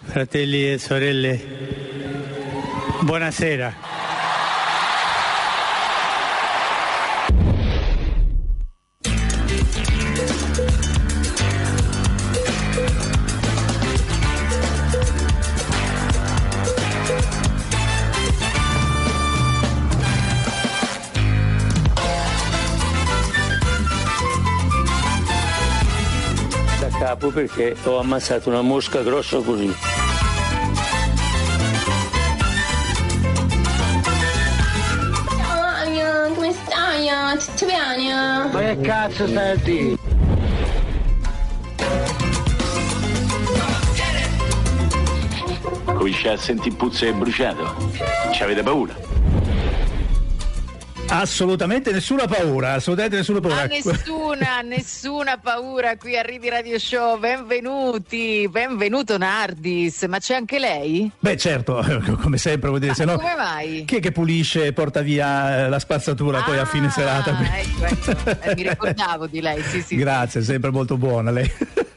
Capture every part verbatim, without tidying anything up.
Fratelli e sorelle, buonasera. Capo perché ho ammazzato una mosca grossa così. Ciao, come stai? Tutto bene? Ma che cazzo stai a dire? Comincia a sentire puzza e bruciato. Ci avete paura? Assolutamente nessuna paura, assolutamente nessuna paura. Ah, nessuna, nessuna paura qui a Ridi Radio Show. Benvenuti, benvenuto Nardis. Ma c'è anche lei? Beh, certo, come sempre, vuol dire, Ma se no, come mai? Chi è che pulisce e porta via la spazzatura ah, poi a fine serata? Ecco, ecco. Eh, mi ricordavo di lei, sì, sì. Grazie, sì. sempre molto buona lei.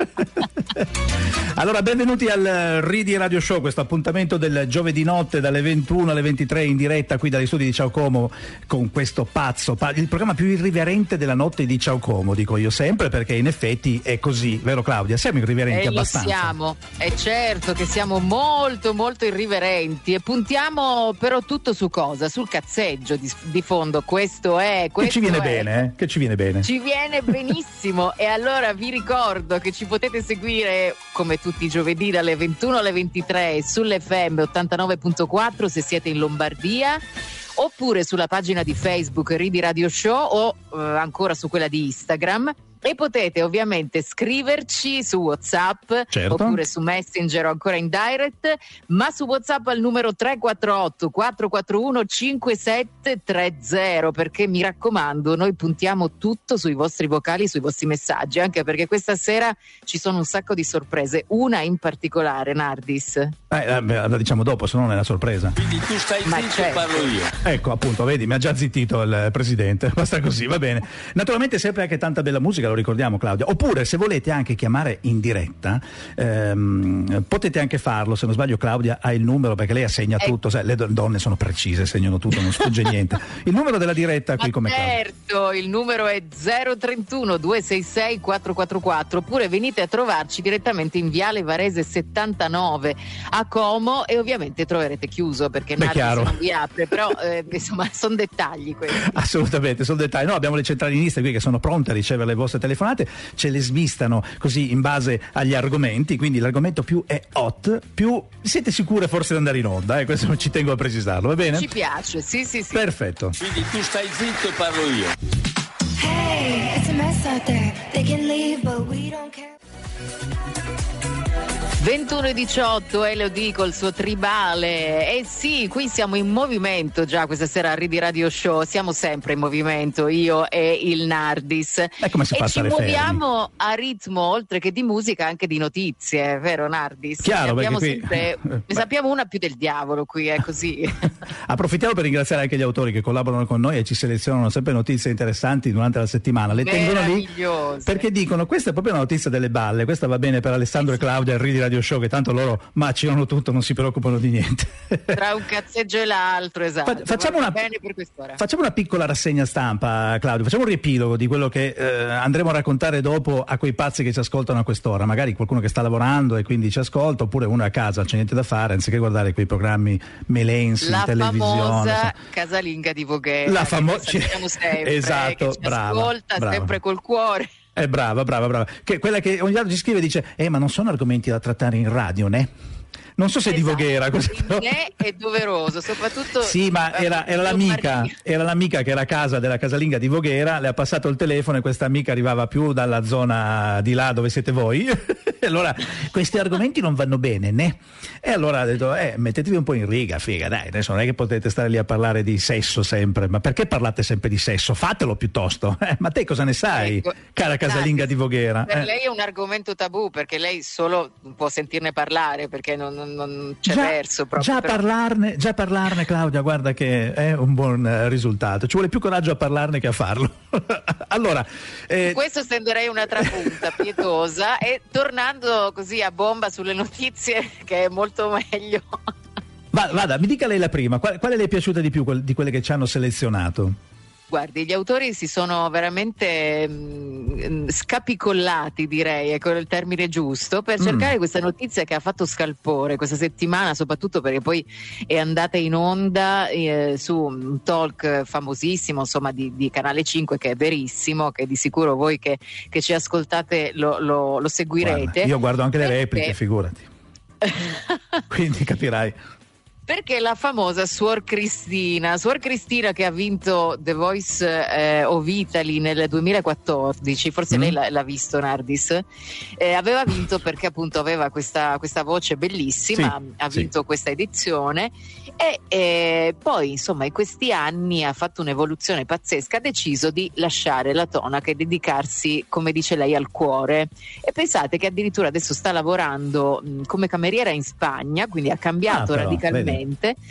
Allora, benvenuti al Ridi Radio Show, questo appuntamento del giovedì notte dalle ventuno alle ventitré in diretta qui dagli studi di Ciao Como con questo pazzo, il programma più irriverente della notte di Ciao Como, dico io sempre, perché in effetti è così, vero Claudia? Siamo irriverenti e abbastanza. Lo siamo, è certo che siamo molto molto irriverenti e puntiamo però tutto su cosa? Sul cazzeggio di, di fondo, questo è... Questo che ci viene è, bene, eh? Che ci viene bene. Ci viene benissimo e allora vi ricordo che ci potete seguire come tutti i giovedì dalle ventuno alle ventitré sull'F M ottantanove virgola quattro se siete in Lombardia, oppure sulla pagina di Facebook Ridi Radio Show o eh, ancora su quella di Instagram. E potete ovviamente scriverci su WhatsApp, certo, oppure su Messenger o ancora in direct, ma su WhatsApp al numero tre quattro otto quattro quattro uno cinque sette tre zero, perché mi raccomando, noi puntiamo tutto sui vostri vocali, sui vostri messaggi, anche perché questa sera ci sono un sacco di sorprese, una in particolare, Nardis. Eh, la diciamo dopo, se no non è una sorpresa. Quindi tu stai Ma zitto certo. e parlo io. Ecco, appunto, vedi, mi ha già zittito il presidente, basta così, va bene. Naturalmente sempre anche tanta bella musica, lo ricordiamo Claudia, oppure se volete anche chiamare in diretta ehm, potete anche farlo, se non sbaglio Claudia ha il numero, perché lei assegna eh. tutto, sai, le donne sono precise, segnano tutto, non sfugge niente. Il numero della diretta qui Ma come Claudia. certo, il numero è zero trentuno duecentosessantasei quattrocentoquarantaquattro, oppure venite a trovarci direttamente in Viale Varese settantanove a Como e ovviamente troverete chiuso perché Beh, Nardis non vi apre, però eh, insomma sono dettagli questi. Assolutamente, sono dettagli. No, abbiamo le centraliniste qui che sono pronte a ricevere le vostre telefonate, ce le smistano così in base agli argomenti, quindi l'argomento più è hot, più siete sicure forse di andare in onda, eh? Questo ci tengo a precisarlo, va bene? Ci piace, sì sì sì. Perfetto. Quindi tu stai zitto e parlo io. Hey, it's a mess out there. They can leave, but we don't care. ventuno e diciotto, Elodie col suo tribale. E eh sì, qui siamo in movimento già questa sera a Ridi Radio Show, siamo sempre in movimento, io e il Nardis. E come si fa e a ci stare muoviamo fermi? A ritmo, oltre che di musica, anche di notizie, vero Nardis? Chiaro, ne abbiamo perché qui... sempre, ne sappiamo una più del diavolo qui, è così. Approfittiamo per ringraziare anche gli autori che collaborano con noi e ci selezionano sempre notizie interessanti durante la settimana, le tengono lì perché dicono questa è proprio una notizia delle balle, questa va bene per Alessandro e Claudia al Ridi Radio Show, che tanto loro macinano tutto, non si preoccupano di niente. Tra un cazzeggio e l'altro, esatto. Fa- facciamo, una, bene per quest'ora. facciamo una piccola rassegna stampa, Claudio, facciamo un riepilogo di quello che eh, andremo a raccontare dopo a quei pazzi che ci ascoltano a quest'ora, magari qualcuno che sta lavorando e quindi ci ascolta, oppure uno a casa, non c'è niente da fare, anziché guardare quei programmi melensi la in televisione. La famosa so. casalinga di Voghera, la famosa, sappiamo sempre, esatto, che ci brava, ascolta brava. sempre col cuore. È brava, brava, brava. Che quella che ogni tanto ci scrive e dice eh ma non sono argomenti da trattare in radio, né? Non so se esatto, di Voghera così, però... è doveroso, soprattutto sì, ma era, era l'amica era l'amica che era a casa della casalinga di Voghera, le ha passato il telefono e questa amica arrivava più dalla zona di là dove siete voi e allora questi argomenti non vanno bene, né? E allora ha detto eh mettetevi un po' in riga, figa, dai, adesso non è che potete stare lì a parlare di sesso sempre, ma perché parlate sempre di sesso? Fatelo piuttosto, eh, ma te cosa ne sai, ecco, cara casalinga dai, di Voghera? Per eh. lei è un argomento tabù perché lei solo può sentirne parlare perché non, non, non c'è già, verso proprio. Già però. parlarne, già parlarne, Claudia, guarda che è un buon eh, risultato. Ci vuole più coraggio a parlarne che a farlo. Allora, eh... Su questo stenderei una trapunta pietosa e tornando così a bomba sulle notizie, che è molto meglio. Va, vada, mi dica lei la prima, quale, quale le è piaciuta di più di quelle che ci hanno selezionato? Guardi, gli autori si sono veramente mh, scapicollati, direi, ecco il termine giusto, per cercare mm. questa notizia che ha fatto scalpore questa settimana, soprattutto perché poi è andata in onda eh, su un talk famosissimo, insomma, di, di Canale cinque, che è verissimo, che di sicuro voi che, che ci ascoltate lo, lo, lo seguirete. Guarda, io guardo anche le perché... repliche, figurati. Quindi capirai. Perché la famosa Suor Cristina, Suor Cristina che ha vinto The Voice eh, of Italy nel duemilaquattordici, forse mm. lei l'ha, l'ha visto Nardis, eh, aveva vinto perché appunto aveva questa, questa voce bellissima, sì, ha vinto sì. questa edizione e eh, poi insomma in questi anni ha fatto un'evoluzione pazzesca, ha deciso di lasciare la tonaca e dedicarsi, come dice lei, al cuore, e pensate che addirittura adesso sta lavorando mh, come cameriera in Spagna, quindi ha cambiato ah, però, radicalmente vedi.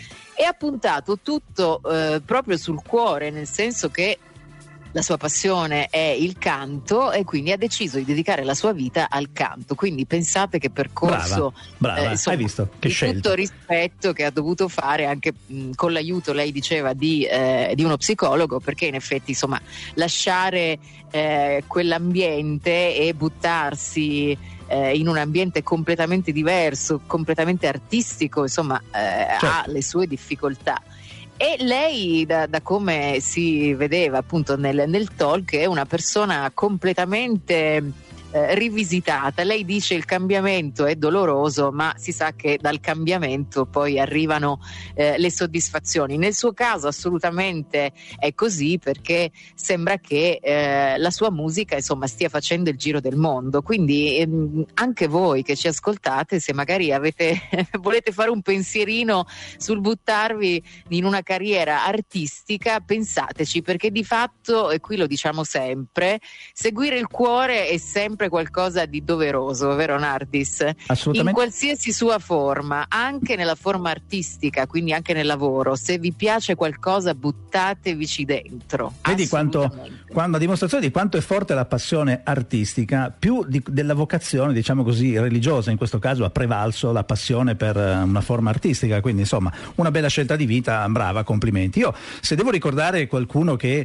E ha puntato tutto eh, proprio sul cuore, nel senso che la sua passione è il canto e quindi ha deciso di dedicare la sua vita al canto. Quindi pensate che percorso, brava, brava. Eh, insomma, hai visto che di scelta. Tutto rispetto che ha dovuto fare anche mh, con l'aiuto, lei diceva, di, eh, di uno psicologo, perché in effetti insomma lasciare eh, quell'ambiente e buttarsi eh, in un ambiente completamente diverso, completamente artistico, insomma eh, certo. ha le sue difficoltà. E lei, da, da come si vedeva appunto nel, nel talk, è una persona completamente eh, rivisitata. Lei dice il cambiamento è doloroso, ma si sa che dal cambiamento poi arrivano eh, le soddisfazioni. Nel suo caso assolutamente è così, perché sembra che eh, la sua musica insomma stia facendo il giro del mondo. Quindi ehm, anche voi che ci ascoltate, se magari avete volete fare un pensierino sul buttarvi in una carriera artistica, pensateci, perché di fatto, e qui lo diciamo sempre, seguire il cuore è sempre qualcosa di doveroso, vero Nardis? Assolutamente. In qualsiasi sua forma, anche nella forma artistica, quindi anche nel lavoro, se vi piace qualcosa buttatevici dentro. Vedi quanto, quando a dimostrazione di quanto è forte la passione artistica, più di, della vocazione, diciamo così, religiosa, in questo caso ha prevalso la passione per una forma artistica, quindi insomma una bella scelta di vita, brava, complimenti. Io, se devo ricordare qualcuno che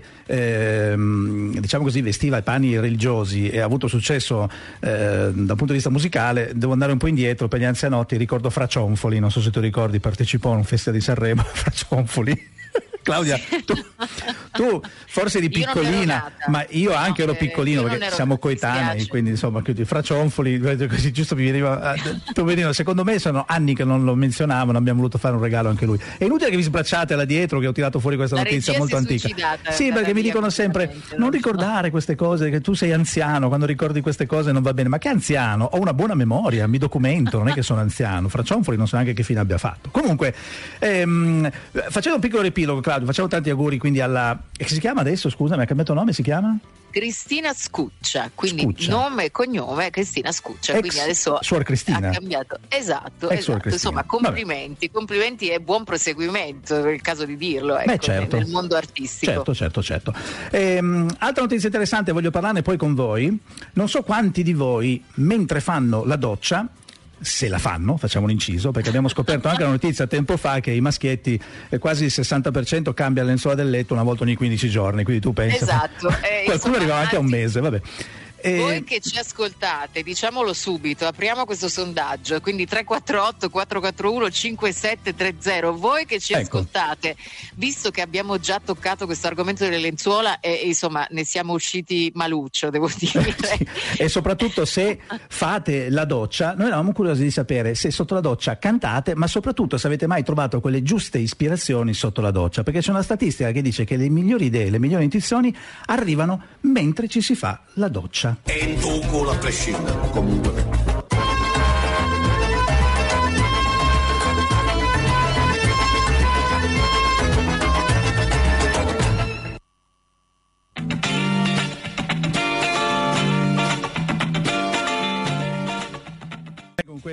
ehm, diciamo così vestiva i panni religiosi e ha avuto successo eh, dal punto di vista musicale, devo andare un po' indietro per gli anzianotti, ricordo Fra Cionfoli, non so se tu ricordi, partecipò a un festival di Sanremo. Fra Cionfoli. Claudia, tu, tu forse eri piccolina, io ma io no, anche ero piccolino, perché ero, siamo coetanei, quindi insomma Fra Cionfoli, così giusto mi veniva, poverino, secondo me sono anni che non lo menzionavano, abbiamo voluto fare un regalo anche lui. È inutile che vi sbracciate là dietro, che ho tirato fuori questa la notizia molto antica. Sì, perché mi dicono sempre non ricordare queste cose, che tu sei anziano, quando ricordi queste cose non va bene. Ma che anziano? Ho una buona memoria, mi documento, non è che sono anziano. Fra Cionfoli non so neanche che fine abbia fatto. Comunque, ehm, facendo un piccolo riepilogo, Claudio, facciamo tanti auguri quindi alla, che si chiama adesso, scusa, mi ha cambiato nome, si chiama? Cristina Scuccia, quindi Scuccia. nome e cognome Cristina Scuccia, Ex quindi adesso Suor Cristina. ha cambiato. Esatto, Ex esatto. Insomma, complimenti, Vabbè. complimenti e buon proseguimento, è il caso di dirlo, ecco, Beh, certo. nel mondo artistico. Certo, certo, certo. Ehm, altra notizia interessante, voglio parlarne poi con voi. Non so quanti di voi, mentre fanno la doccia, se la fanno, facciamo un inciso, perché abbiamo scoperto anche la notizia tempo fa che i maschietti eh, quasi il sessanta per cento cambia la lenzuola del letto una volta ogni quindici giorni, quindi tu pensi, esatto. eh, qualcuno arriva anche a un mese, vabbè. E... Voi che ci ascoltate, diciamolo subito, apriamo questo sondaggio, quindi tre quattro otto quattro quattro uno cinque sette tre zero. Voi che ci ecco. ascoltate, visto che abbiamo già toccato questo argomento delle lenzuola e, e insomma ne siamo usciti maluccio, devo dire. Sì. E soprattutto se fate la doccia, noi eravamo curiosi di sapere se sotto la doccia cantate, ma soprattutto se avete mai trovato quelle giuste ispirazioni sotto la doccia, perché c'è una statistica che dice che le migliori idee, le migliori intuizioni arrivano mentre ci si fa la doccia. E in tu culo a prescindere, comunque.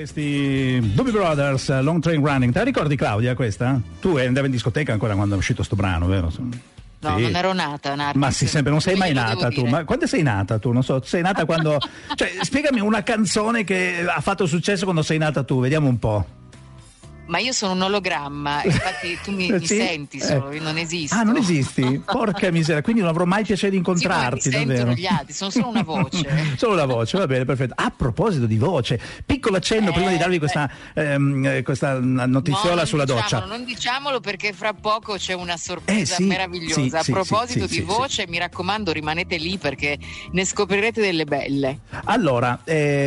Questi Doobie Brothers, Long Train Running. Te la ricordi, Claudia, questa? Tu andavi in discoteca ancora quando è uscito sto brano, vero? No, sì. non ero nata, Nardis. Ma sì, sempre non sei mai nata tu. Dire. Ma quando sei nata tu? Non so, sei nata quando. Cioè, spiegami una canzone che ha fatto successo quando sei nata tu, vediamo un po'. Ma io sono un ologramma, infatti tu mi, Sì? mi senti solo, Eh. io non esisto. Ah, non esisti? Porca miseria, quindi non avrò mai piacere di incontrarti, sì, mi davvero. sentono gli altri, sono solo una voce. Solo la voce, va bene, perfetto. A proposito di voce, piccolo accenno Eh, prima di darvi questa, ehm, questa notiziola No, sulla non doccia. diciamolo, non diciamolo perché fra poco c'è una sorpresa Eh, sì, meravigliosa. sì, A sì, proposito sì, di sì, voce, mi raccomando, rimanete lì perché ne scoprirete delle belle. Allora,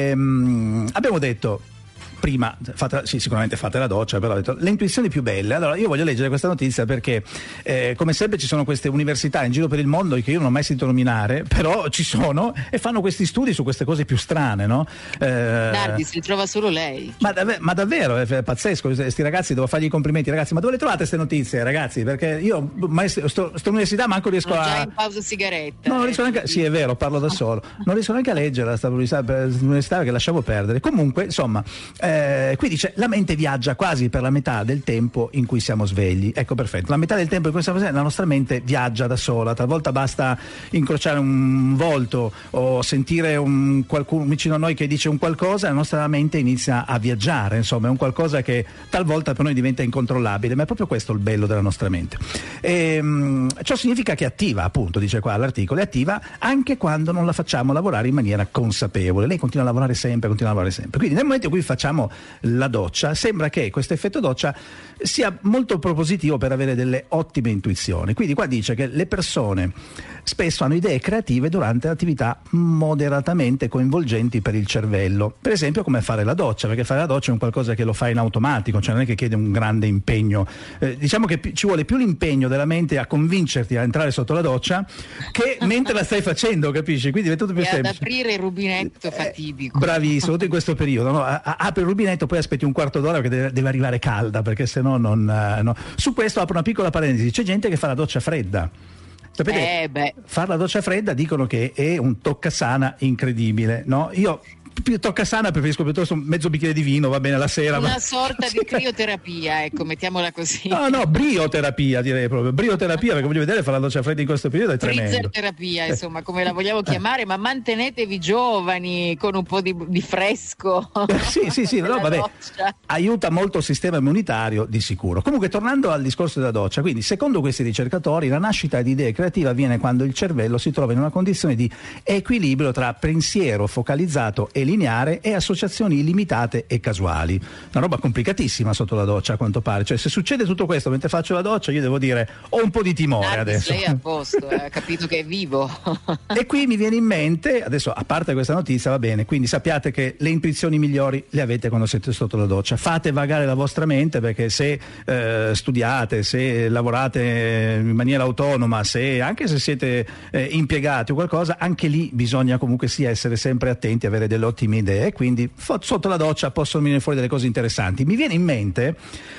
ehm, abbiamo detto prima, fate, sì, sicuramente fate la doccia, però ho detto le intuizioni più belle. Allora io voglio leggere questa notizia perché eh, come sempre ci sono queste università in giro per il mondo che io non ho mai sentito nominare, però ci sono e fanno questi studi su queste cose più strane, no? Eh, Nardis, li trova solo lei. Ma, dav- ma davvero è pazzesco, questi ragazzi, devo fargli i complimenti, ragazzi, ma dove le trovate queste notizie, ragazzi? Perché io mai sto, sto università manco riesco Sono a già in pausa sigaretta. No, non eh, riesco neanche, sì, è vero, parlo da solo. Non riesco neanche a leggere questa università, università perché lasciavo perdere. Comunque, insomma, eh, qui dice la mente viaggia quasi per la metà del tempo in cui siamo svegli. Ecco, perfetto. La metà del tempo in cui siamo svegli, la nostra mente viaggia da sola. Talvolta basta incrociare un volto o sentire un qualcuno vicino a noi che dice un qualcosa e la nostra mente inizia a viaggiare. Insomma, è un qualcosa che talvolta per noi diventa incontrollabile, ma è proprio questo il bello della nostra mente. E, mh, ciò significa che è attiva, appunto, dice qua l'articolo, è attiva anche quando non la facciamo lavorare in maniera consapevole. Lei continua a lavorare sempre, continua a lavorare sempre. Quindi nel momento in cui facciamo la doccia, sembra che questo effetto doccia sia molto propositivo per avere delle ottime intuizioni. Quindi qua dice che le persone spesso hanno idee creative durante attività moderatamente coinvolgenti per il cervello, per esempio come fare la doccia, perché fare la doccia è un qualcosa che lo fa in automatico, cioè non è che chiede un grande impegno, eh, diciamo che pi- ci vuole più l'impegno della mente a convincerti a entrare sotto la doccia che mentre la stai facendo, capisci? Quindi è tutto più E ad semplice. aprire il rubinetto Eh, fatidico. Bravissimo, soprattutto in questo periodo, no? A- a- apri il rubinetto, poi aspetti un quarto d'ora perché deve, deve arrivare calda, perché sennò non eh, no. Su questo apro una piccola parentesi, c'è gente che fa la doccia fredda. Sapete, Eh beh. fare la doccia fredda dicono che è un toccasana incredibile, no? Io più toccasana preferisco piuttosto mezzo bicchiere di vino, va bene, la sera. Una ma... sorta di crioterapia, ecco, mettiamola così. No, no, brioterapia direi proprio, brioterapia, perché voglio vedere fare la doccia fredda in questo periodo è tremendo. Freezer-terapia, insomma, come la vogliamo chiamare, ma mantenetevi giovani con un po' di, di fresco. Sì, sì, sì, no, nella vabbè, doccia. aiuta molto il sistema immunitario di sicuro. Comunque, tornando al discorso della doccia, quindi secondo questi ricercatori la nascita di idee creative avviene quando il cervello si trova in una condizione di equilibrio tra pensiero focalizzato e lineare e associazioni illimitate e casuali. Una roba complicatissima sotto la doccia, a quanto pare. Cioè, se succede tutto questo mentre faccio la doccia, io devo dire ho un po' di timore Nardis, adesso. lei è a posto, eh, ha capito che è vivo. E qui mi viene in mente, adesso a parte questa notizia va bene, quindi sappiate che le intuizioni migliori le avete quando siete sotto la doccia. Fate vagare la vostra mente, perché se eh, studiate, se lavorate in maniera autonoma, se anche se siete eh, impiegati o qualcosa, anche lì bisogna comunque sia essere sempre attenti, avere delle ottime idee, e quindi fo- sotto la doccia possono venire fuori delle cose interessanti. Mi viene in mente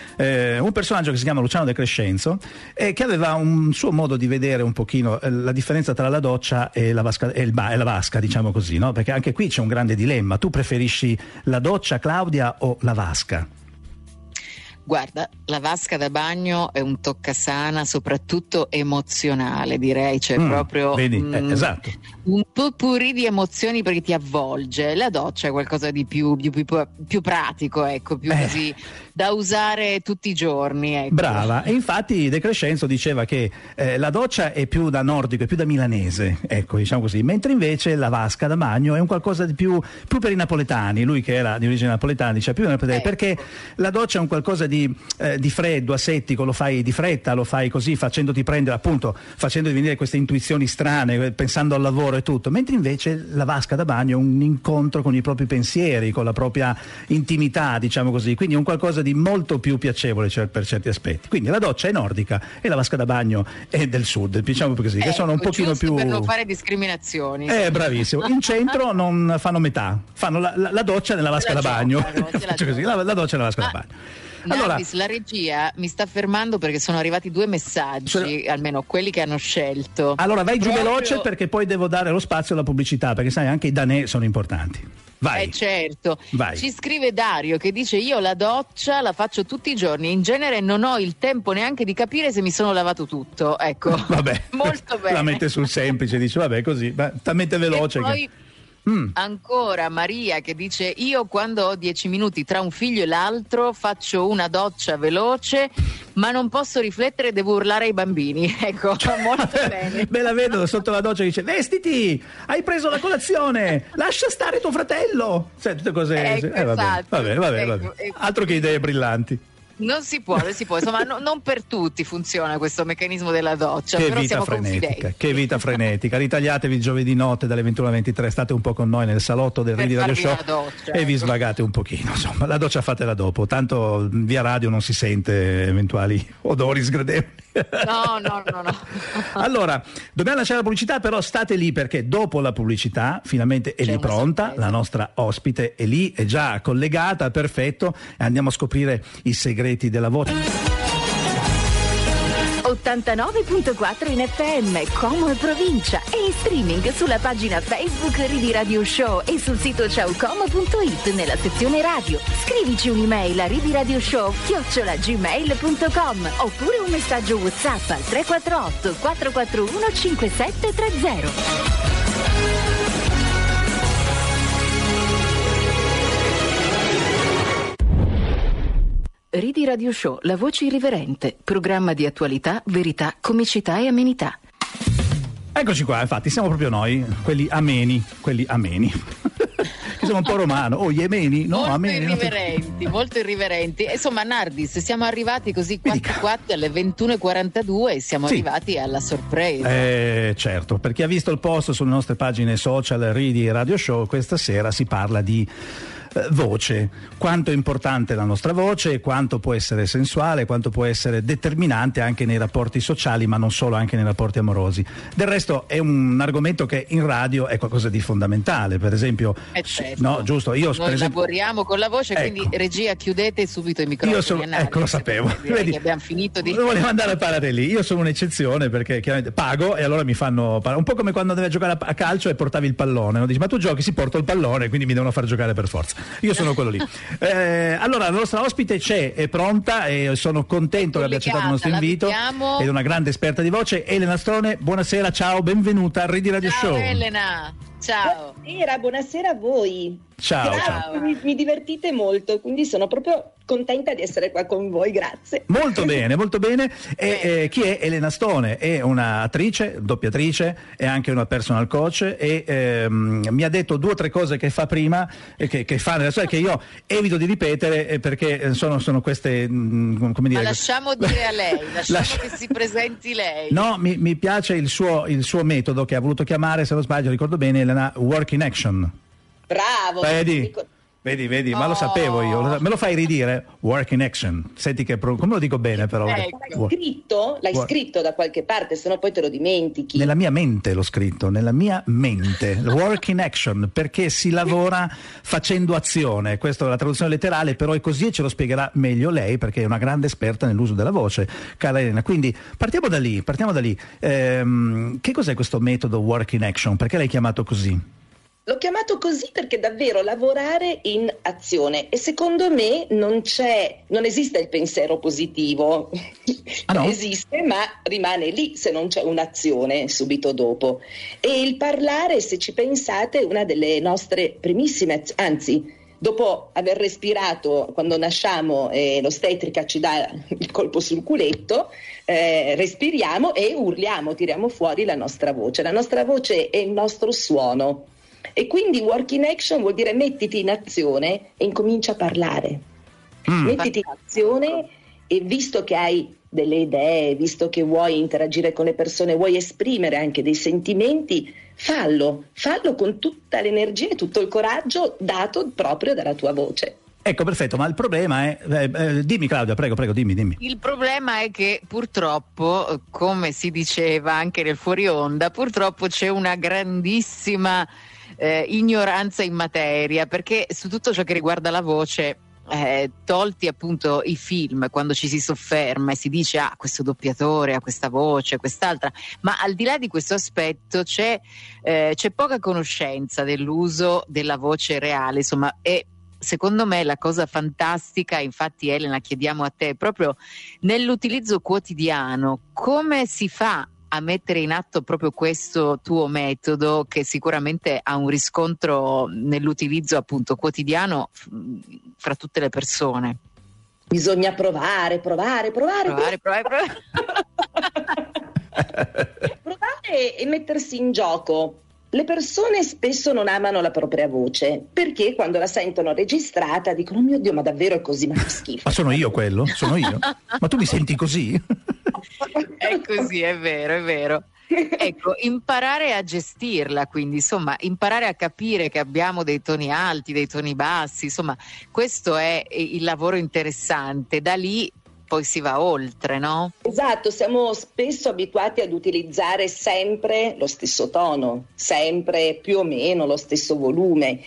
Eh, un personaggio che si chiama Luciano De Crescenzo e eh, che aveva un suo modo di vedere un pochino eh, la differenza tra la doccia e la vasca, e il ba- e la vasca, diciamo così, no? Perché anche qui c'è un grande dilemma. Tu preferisci la doccia, Claudia, o la vasca? Guarda, la vasca da bagno è un toccasana soprattutto emozionale, direi, cioè Mm, proprio vedi, mm, eh, esatto. un potpourri di emozioni perché ti avvolge. La doccia è qualcosa di più, più, più, più pratico, ecco, più Eh. così da usare tutti i giorni. Ecco. Brava, e infatti De Crescenzo diceva che eh, la doccia è più da nordico, è più da milanese, ecco, diciamo così, mentre invece la vasca da bagno è un qualcosa di più, più per i napoletani. Lui che era di origine napoletana diceva più per i napoletani, Ecco. perché la doccia è un qualcosa di, eh, di freddo, asettico, lo fai di fretta, lo fai così facendoti prendere, appunto, facendoti venire queste intuizioni strane, pensando al lavoro e tutto, mentre invece la vasca da bagno è un incontro con i propri pensieri, con la propria intimità, diciamo così, quindi è un qualcosa di molto più piacevole, cioè, per certi aspetti. Quindi la doccia è nordica e la vasca da bagno è del sud, diciamo così, che Ecco, sono un pochino giusto più per non fare discriminazioni. eh, bravissimo. In centro non fanno metà, fanno la, la, la doccia nella vasca da bagno. giocano, se la Faccio così, la, la doccia nella vasca Ah, da bagno. Allora, Nardis, la regia mi sta fermando perché sono arrivati due messaggi, Cioè- almeno quelli che hanno scelto. allora vai giù Proprio- veloce perché poi devo dare lo spazio alla pubblicità, perché sai anche i danè sono importanti. Vai. Eh certo. Vai. Ci scrive Dario che dice: io la doccia la faccio tutti i giorni, in genere non ho il tempo neanche di capire se mi sono lavato tutto. Ecco. Vabbè. Molto bene. La mette sul semplice, dice vabbè così, beh, talmente veloce e poi... che... Mm. Ancora Maria che dice: io quando ho dieci minuti tra un figlio e l'altro faccio una doccia veloce, ma non posso riflettere, devo urlare ai bambini. Ecco, molto bene. Me la vedo sotto la doccia che dice: vestiti, hai preso la colazione, lascia stare tuo fratello. Sai, tutte cose. Ecco, eh, vabbè, esatto. vabbè, vabbè, vabbè. Ecco, ecco. Altro che idee brillanti. Non si può, non si può, insomma, no, non per tutti funziona questo meccanismo della doccia. Che però vita siamo frenetica, confidenti. che vita frenetica. Ritagliatevi il giovedì notte dalle ventuno alle ventitré, state un po' con noi nel salotto del Per Ridi Radio farvi Show la doccia, e vi ecco. svagate un pochino. Insomma, la doccia fatela dopo, tanto via radio non si sente eventuali odori sgradevoli. No, no, no, no. Allora, dobbiamo lasciare la pubblicità, però state lì perché dopo la pubblicità finalmente è C'è lì una pronta, sorpresa. la nostra ospite è lì, è già collegata, perfetto, e andiamo a scoprire i segreti della voce. ottantanove virgola quattro in F M, Como e provincia, e in streaming sulla pagina Facebook Ridi Radio Show e sul sito ciaucomo punto it nella sezione radio. Scrivici un'email a ridiradioshow chiocciola gmail punto com oppure un messaggio WhatsApp al tre quattro otto quattro quattro uno cinque sette tre zero. Ridi Radio Show, la voce irriverente, programma di attualità, verità, comicità e amenità. Eccoci qua, infatti siamo proprio noi, quelli ameni, quelli ameni. Che sono un po' romano. Oh, gli ameni? No, molto ameni. non ti- irriverenti, molto irriverenti. E insomma, Nardis, siamo arrivati così Mi quattro dica. quattro alle ventuno e quarantadue e siamo Sì. arrivati alla sorpresa. Eh, certo, per chi ha visto il post sulle nostre pagine social Ridi Radio Show, questa sera si parla di eh, voce, quanto è importante la nostra voce, quanto può essere sensuale, quanto può essere determinante anche nei rapporti sociali, ma non solo, anche nei rapporti amorosi. Del resto è un argomento che in radio è qualcosa di fondamentale, per esempio, Eh, certo. no, giusto, io Noi per esempio lavoriamo con la voce, Ecco. quindi regia, chiudete subito i microfoni. Io sono, a Nardis, ecco, lo sapevo. perché direi Vedi, che abbiamo finito di... volevo andare a parare lì. Io sono un'eccezione perché chiaramente pago e allora mi fanno parare. Un po' come quando deve giocare a a calcio e portavi il pallone, no? Dici, ma tu giochi, si porto il pallone, quindi mi devono far giocare per forza. Io sono quello lì. Eh, allora, la nostra ospite c'è, è pronta e sono contento che abbia accettato il nostro la invito. vediamo. È una grande esperta di voce, Elena Strone. Buonasera, ciao, benvenuta a Ridi Radio Ciao Show. Elena, ciao. Buonasera, buonasera a voi. Ciao, Grazie, ciao. Mi, mi divertite molto, quindi sono proprio contenta di essere qua con voi, grazie. Molto bene, molto bene. E, eh, chi è Elena Stone? È un'attrice, doppiatrice, è anche una personal coach e ehm, mi ha detto due o tre cose che fa prima e che, che fa nella sua, che io evito di ripetere eh, perché sono, sono queste, mh, come dire... Ma lasciamo dire a lei, lasciamo Lascia- che si presenti lei. No, mi, mi piace il suo, il suo metodo che ha voluto chiamare, se non sbaglio, ricordo bene, Elena, Work in Action. Bravo. Vedi? Dico- Vedi, vedi, ma lo Oh. sapevo io, lo- me lo fai ridire? Work in Action. Senti che pro- come lo dico bene però. Ecco. L'hai scritto? L'hai Guarda. scritto da qualche parte, se no poi te lo dimentichi. Nella mia mente l'ho scritto, nella mia mente, work in action, perché si lavora facendo azione, questa è la traduzione letterale, però è così e ce lo spiegherà meglio lei perché è una grande esperta nell'uso della voce, cara Elena. Quindi partiamo da lì, partiamo da lì. Ehm, che cos'è questo metodo work in action? Perché l'hai chiamato così? L'ho chiamato così perché davvero lavorare in azione e secondo me non c'è, non esiste il pensiero positivo, Ah, no? esiste ma rimane lì se non c'è un'azione subito dopo. E il parlare, se ci pensate, è una delle nostre primissime, az- anzi dopo aver respirato quando nasciamo e l'ostetrica ci dà il colpo sul culetto, eh, respiriamo e urliamo, tiriamo fuori la nostra voce. La nostra voce è il nostro suono. E quindi work in action vuol dire mettiti in azione e incomincia a parlare. Mm. Mettiti in azione e visto che hai delle idee, visto che vuoi interagire con le persone, vuoi esprimere anche dei sentimenti, fallo, fallo con tutta l'energia e tutto il coraggio dato proprio dalla tua voce. Ecco, perfetto, ma il problema è... eh, eh, dimmi Claudia, prego, prego, dimmi, dimmi. Il problema è che purtroppo, eh, come si diceva anche nel fuori onda, purtroppo c'è una grandissima eh, ignoranza in materia, perché su tutto ciò che riguarda la voce eh, tolti appunto i film, quando ci si sofferma e si dice ah questo doppiatore ha questa voce, quest'altra, ma al di là di questo aspetto c'è, eh, c'è poca conoscenza dell'uso della voce reale, insomma, e secondo me la cosa fantastica, infatti Elena chiediamo a te, proprio nell'utilizzo quotidiano, come si fa a mettere in atto proprio questo tuo metodo che sicuramente ha un riscontro nell'utilizzo appunto quotidiano fra tutte le persone? Bisogna provare, provare, provare, provare, provare, provare. Provare e mettersi in gioco. Le persone spesso non amano la propria voce perché quando la sentono registrata dicono: oh mio Dio, ma davvero è così, ma che schifo. Ma sono io quello? Sono io? Ma tu mi senti così? È così, è vero, è vero. Ecco, imparare a gestirla, quindi insomma imparare a capire che abbiamo dei toni alti, dei toni bassi, insomma questo è il lavoro interessante. Da lì poi si va oltre, no? Esatto, siamo spesso abituati ad utilizzare sempre lo stesso tono, sempre più o meno lo stesso volume.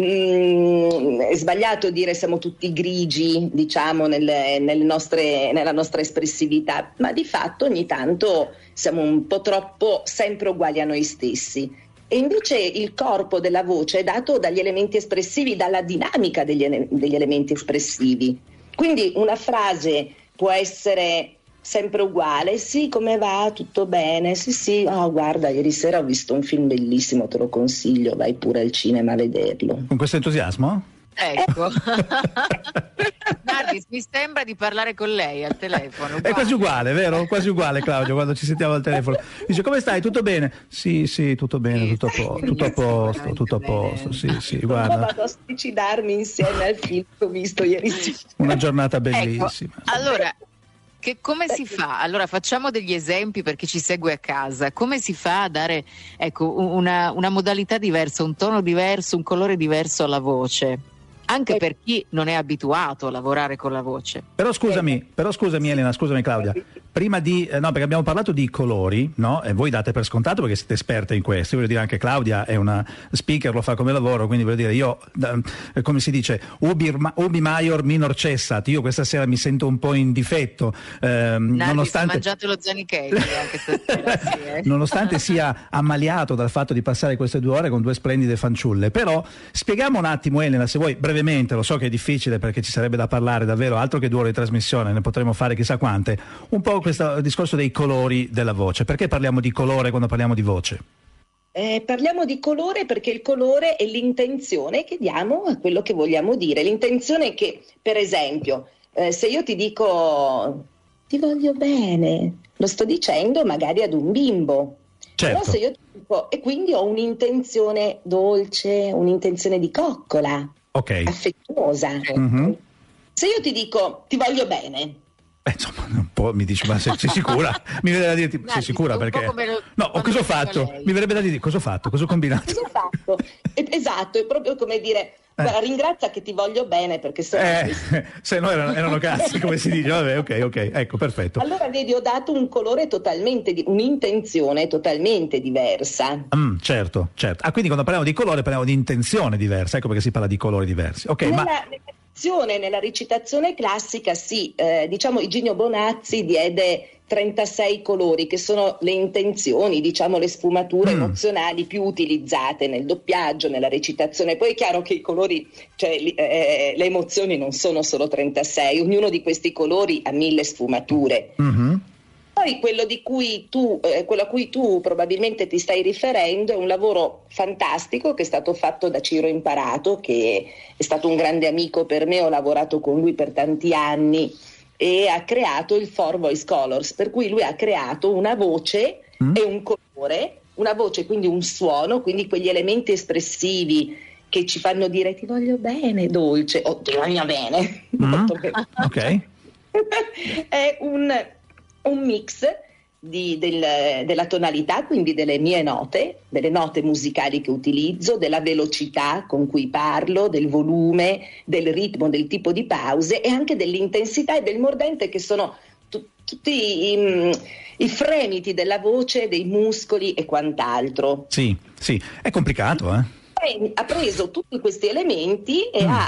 Mm, è sbagliato dire siamo tutti grigi, diciamo, nelle, nelle nostre, nella nostra espressività, ma di fatto ogni tanto siamo un po' troppo sempre uguali a noi stessi. E invece il corpo della voce è dato dagli elementi espressivi, dalla dinamica degli, degli elementi espressivi. Quindi una frase può essere sempre uguale: sì, come va? Tutto bene? Sì, sì, oh guarda, ieri sera ho visto un film bellissimo, te lo consiglio, vai pure al cinema a vederlo. Con questo entusiasmo? Ecco. Nardis, mi sembra di parlare con lei al telefono. È quasi uguale, vero? Quasi uguale, Claudio, quando ci sentiamo al telefono. Dice: come stai? Tutto bene? Sì, sì, tutto bene, tutto a posto, tutto a posto, tutto a posto. Sì, sì, guarda. Vado a suicidarmi insieme al film che ho visto ieri sera. Una giornata bellissima. Ecco, allora, che come si fa? Allora facciamo degli esempi per chi ci segue a casa. Come si fa a dare, ecco, una, una modalità diversa, un tono diverso, un colore diverso alla voce? Anche per chi non è abituato a lavorare con la voce. Però scusami, però scusami Elena, scusami Claudia, prima di, eh, no, perché abbiamo parlato di colori, no? E voi date per scontato perché siete esperte in questo, voglio dire anche Claudia è una speaker, lo fa come lavoro, quindi voglio dire io, eh, come si dice, ubi, ubi maior minor cessat, io questa sera mi sento un po' in difetto, eh, nonostante... hai mangiato lo zanichelli anche stasera, sì, eh. Nonostante sia ammaliato dal fatto di passare queste due ore con due splendide fanciulle, però spieghiamo un attimo Elena, se vuoi, brevemente, lo so che è difficile perché ci sarebbe da parlare davvero, altro che due ore di trasmissione, ne potremmo fare chissà quante, un po' questo discorso dei colori della voce. Perché parliamo di colore quando parliamo di voce? Eh, parliamo di colore perché il colore è l'intenzione che diamo a quello che vogliamo dire. L'intenzione è che, per esempio, eh, se io ti dico ti voglio bene, lo sto dicendo magari ad un bimbo. Certo. Però se io ti dico, e quindi ho un'intenzione dolce, un'intenzione di coccola, okay, affettuosa. Mm-hmm. Se io ti dico ti voglio bene, Eh, insomma, un po' mi dici, ma sei, sei sicura? Mi verrebbe da dirti, sei sicura perché... Lo, no, o cosa ho fatto? Mi verrebbe da dire, cosa ho fatto? Cosa ho combinato? Cosa ho fatto? Esatto, è proprio come dire, guarda, ringrazia che ti voglio bene perché se no... Eh, se no erano, erano cazzi, come si dice. Vabbè, ok, ok, ecco, perfetto. Allora vedi, ho dato un colore totalmente, di, un'intenzione totalmente diversa. Mm, certo, certo. Ah, quindi quando parliamo di colore parliamo di intenzione diversa, ecco perché si parla di colori diversi. Ok, nella, ma... Nella recitazione classica, sì, eh, diciamo Iginio Bonazzi diede trentasei colori che sono le intenzioni, diciamo le sfumature mm. emozionali più utilizzate nel doppiaggio, nella recitazione. Poi è chiaro che i colori, cioè eh, le emozioni non sono solo trentasei, ognuno di questi colori ha mille sfumature. Mm-hmm. Poi quello di cui tu, eh, quello a cui tu probabilmente ti stai riferendo è un lavoro fantastico che è stato fatto da Ciro Imparato, che è stato un grande amico per me, ho lavorato con lui per tanti anni e ha creato il Four Voice Colors, per cui lui ha creato una voce mm. e un colore, una voce quindi un suono, quindi quegli elementi espressivi che ci fanno dire ti voglio bene, dolce, o ti voglio bene. Mm. Ok. È un... un mix di, del, della tonalità, quindi delle mie note, delle note musicali che utilizzo, della velocità con cui parlo, del volume, del ritmo, del tipo di pause e anche dell'intensità e del mordente, che sono tu, tutti i, i fremiti della voce, dei muscoli e quant'altro. Sì, sì, è complicato, eh? Ha preso tutti questi elementi e mm. ha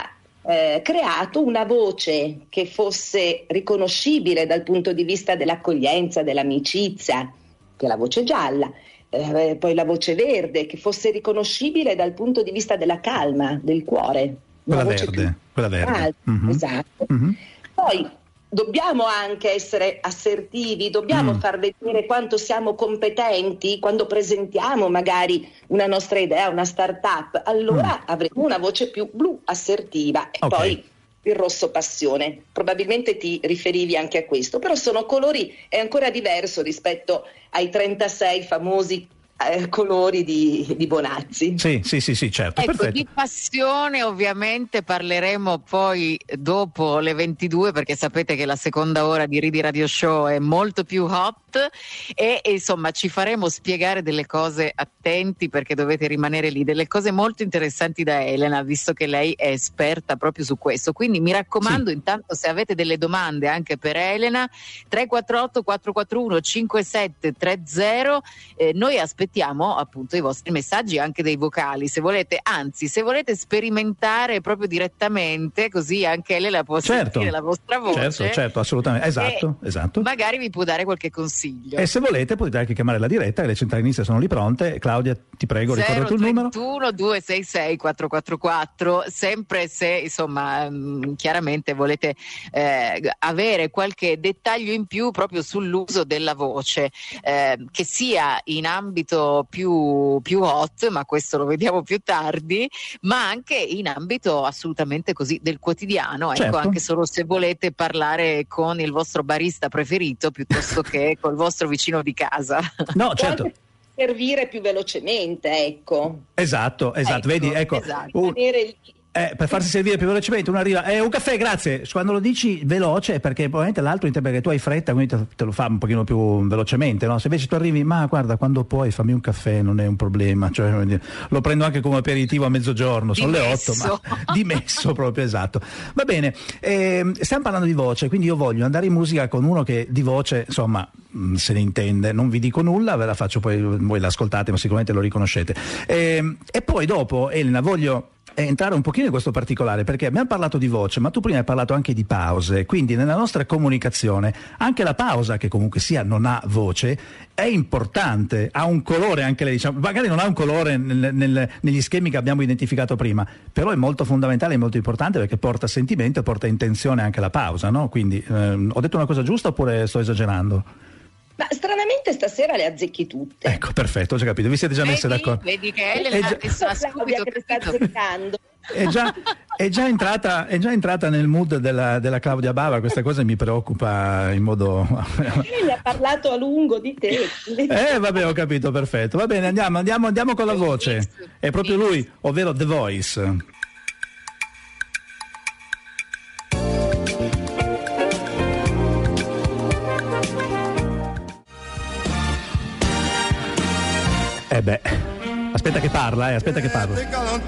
eh, creato una voce che fosse riconoscibile dal punto di vista dell'accoglienza, dell'amicizia, che è la voce gialla, eh, poi la voce verde, che fosse riconoscibile dal punto di vista della calma, del cuore. Quella verde, quella verde. Mm-hmm. Esatto. Mm-hmm. Poi dobbiamo anche essere assertivi, dobbiamo mm. far vedere quanto siamo competenti quando presentiamo magari una nostra idea, una start-up. Allora mm. avremo una voce più blu, assertiva. E okay. poi il rosso passione. Probabilmente ti riferivi anche a questo, però sono colori, è ancora diverso rispetto ai trentasei famosi Eh, colori di, di Bonazzi. Sì, sì, sì, sì, certo. Ecco, perfetto. Di passione ovviamente parleremo poi dopo le ventidue, perché sapete che la seconda ora di Ridi Radio Show è molto più hot e, e insomma ci faremo spiegare delle cose, attenti perché dovete rimanere lì, delle cose molto interessanti da Elena, visto che lei è esperta proprio su questo. Quindi mi raccomando, sì. intanto se avete delle domande anche per Elena, tre quattro otto quattro quattro uno cinque sette tre zero, eh, noi aspettiamo Aspettiamo appunto i vostri messaggi, anche dei vocali, se volete, anzi se volete sperimentare proprio direttamente, così anche lei la può certo. sentire la vostra voce. Certo, certo, assolutamente, esatto, esatto. Magari vi può dare qualche consiglio. E se volete potete anche chiamare la diretta, le centraliniste sono lì pronte. Claudia, ti prego, ricordati il numero. zero trentuno due sei sei quattro quattro quattro, sempre se insomma chiaramente volete eh, avere qualche dettaglio in più proprio sull'uso della voce, eh, che sia in ambito più, più hot, ma questo lo vediamo più tardi, ma anche in ambito assolutamente così del quotidiano, ecco, certo. anche solo se volete parlare con il vostro barista preferito piuttosto che col vostro vicino di casa. No, certo. Servire più velocemente, ecco. Esatto, esatto, ecco, vedi, ecco. Esatto. Un... Eh, per farsi servire più velocemente uno arriva, eh, un caffè grazie, quando lo dici veloce è perché probabilmente l'altro intende perché tu hai fretta, quindi te, te lo fa un pochino più velocemente, no? Se invece tu arrivi, ma guarda, quando puoi fammi un caffè, non è un problema, cioè, lo prendo anche come aperitivo a mezzogiorno, sono le otto, ma dimesso proprio, esatto. Va bene, eh, stiamo parlando di voce, quindi io voglio andare in musica con uno che di voce insomma se ne intende, non vi dico nulla, ve la faccio poi, voi l'ascoltate ma sicuramente lo riconoscete, eh, e poi dopo Elena voglio entrare un pochino in questo particolare, perché abbiamo parlato di voce, ma tu prima hai parlato anche di pause, quindi nella nostra comunicazione anche la pausa, che comunque sia non ha voce, è importante, ha un colore anche lei, diciamo, magari non ha un colore nel, nel, negli schemi che abbiamo identificato prima, però è molto fondamentale e molto importante perché porta sentimento e porta intenzione anche la pausa, no? Quindi ehm, ho detto una cosa giusta oppure sto esagerando? Ma stranamente stasera le azzecchi tutte. Ecco, perfetto, ho già capito. Vi siete già messe vedi, d'accordo? Vedi che Elena è già, sa subito che sta azzeccando. È già, è, già entrata, è già entrata nel mood della, della Claudia Bava, questa cosa mi preoccupa in modo... Lei ha parlato a lungo di te. Eh vabbè, ho capito, perfetto. Va bene, andiamo, andiamo, andiamo con la voce. È proprio lui, ovvero The Voice. Eh beh, aspetta che parla, eh, aspetta che parla.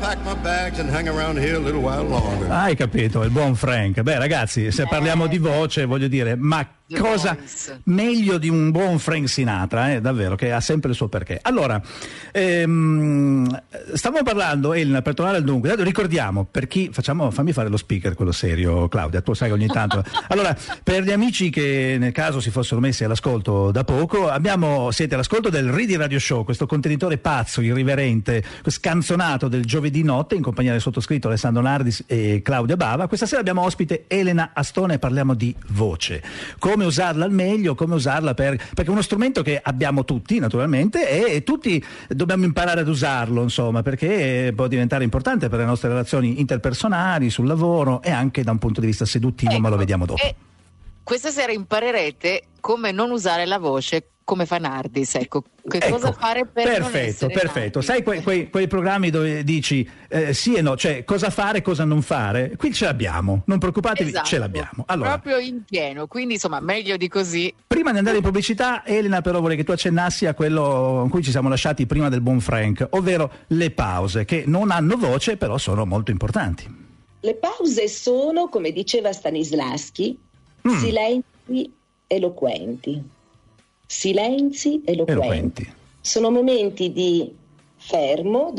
Ah, hai capito, il buon Frank. Beh ragazzi, se parliamo di voce, voglio dire, ma cosa meglio di un buon Frank Sinatra, eh, davvero, che ha sempre il suo perché. Allora, ehm, stavamo parlando, Elena, per tornare al dunque, ricordiamo, per chi, facciamo, fammi fare lo speaker, quello serio, Claudia, tu sai che ogni tanto... Allora, per gli amici che nel caso si fossero messi all'ascolto da poco, abbiamo, siete all'ascolto del Ridi Radio Show, questo contenitore pazzo, irriverente, scanzonato del giovedì notte, in compagnia del sottoscritto Alessandro Nardis e Claudia Bava. Questa sera abbiamo ospite Elena Astone e parliamo di voce. Come come usarla al meglio, come usarla per, perché è uno strumento che abbiamo tutti naturalmente e, e tutti dobbiamo imparare ad usarlo, insomma, perché può diventare importante per le nostre relazioni interpersonali, sul lavoro e anche da un punto di vista seduttivo, ecco, ma lo vediamo dopo. Questa sera imparerete come non usare la voce come fa Nardis, ecco, che ecco, cosa fare per perfetto, non essere perfetto. Nardis. Sai quei, quei, quei programmi dove dici eh, sì e no, cioè cosa fare e cosa non fare? Qui ce l'abbiamo, non preoccupatevi, esatto, ce l'abbiamo. Allora, proprio in pieno, quindi insomma meglio di così. Prima di andare in pubblicità, Elena, però vorrei che tu accennassi a quello in cui ci siamo lasciati prima del buon Frank, ovvero le pause, che non hanno voce però sono molto importanti. Le pause sono, come diceva Stanislavski, mm. silenzi eloquenti. Silenzi eloquenti. eloquenti. Sono momenti di fermo dove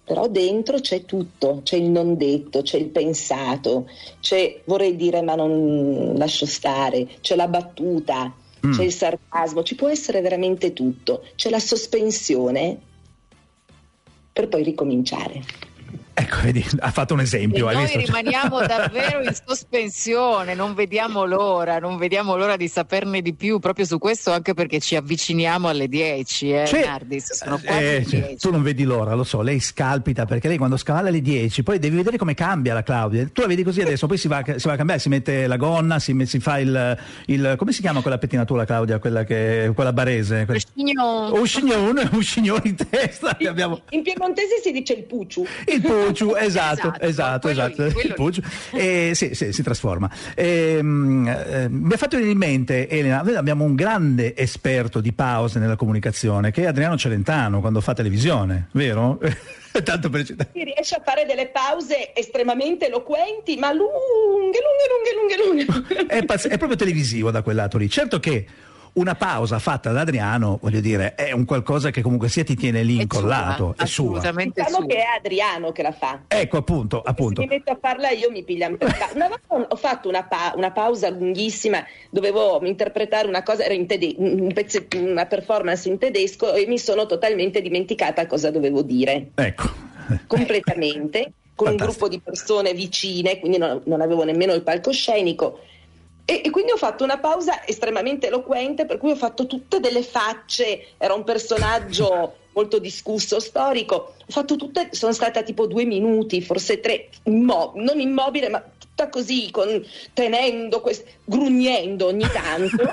però dentro c'è tutto, c'è il non detto, c'è il pensato, c'è vorrei dire ma non lascio stare, c'è la battuta, mm. c'è il sarcasmo, ci può essere veramente tutto, c'è la sospensione per poi ricominciare. Ecco, vedi, ha fatto un esempio. E hai noi visto? rimaniamo davvero in sospensione, non vediamo l'ora, non vediamo l'ora di saperne di più proprio su questo, anche perché ci avviciniamo alle dieci, eh, cioè, Nardis, sono quasi eh, dieci. cioè, tu non vedi l'ora, lo so, lei scalpita perché lei quando scavalla alle dieci, poi devi vedere come cambia la Claudia. Tu la vedi così adesso, poi si va, si va a cambiare, si mette la gonna, si, si fa il, il come si chiama quella pettinatura, Claudia, quella che quella barese? Un chignon. Un chignon, un chignon in testa. In, abbiamo... in piemontese si dice il puciu. Il puciu, esatto. Esatto, esatto, lì, il Puccio. Eh, sì, sì, si trasforma. Eh, eh, mi ha fatto venire in mente, Elena, noi abbiamo un grande esperto di pause nella comunicazione che è Adriano Celentano quando fa televisione, vero? Tanto per... Si riesce a fare delle pause estremamente eloquenti, ma lunghe, lunghe, lunghe, lunghe, lunghe. È, pazz- è proprio televisivo da quel lato lì. Certo che una pausa fatta da Adriano, voglio dire, è un qualcosa che comunque sia ti tiene lì incollato, è sua. Assolutamente Diciamo sua. che è Adriano che la fa. Ecco, appunto, appunto. Se mi metto a farla io mi pigliano per caso. Una volta ho fatto una, pa- una pausa lunghissima, dovevo interpretare una cosa, era in tede- un pezzo- una performance in tedesco e mi sono totalmente dimenticata cosa dovevo dire. Ecco. Completamente, con un gruppo di persone vicine, quindi non, non avevo nemmeno il palcoscenico. E, e quindi ho fatto una pausa estremamente eloquente, per cui ho fatto tutte delle facce, era un personaggio molto discusso, storico, ho fatto tutte, sono stata tipo due minuti, forse tre, immo- non immobile, ma tutta così, con, tenendo, quest- grugnendo ogni tanto,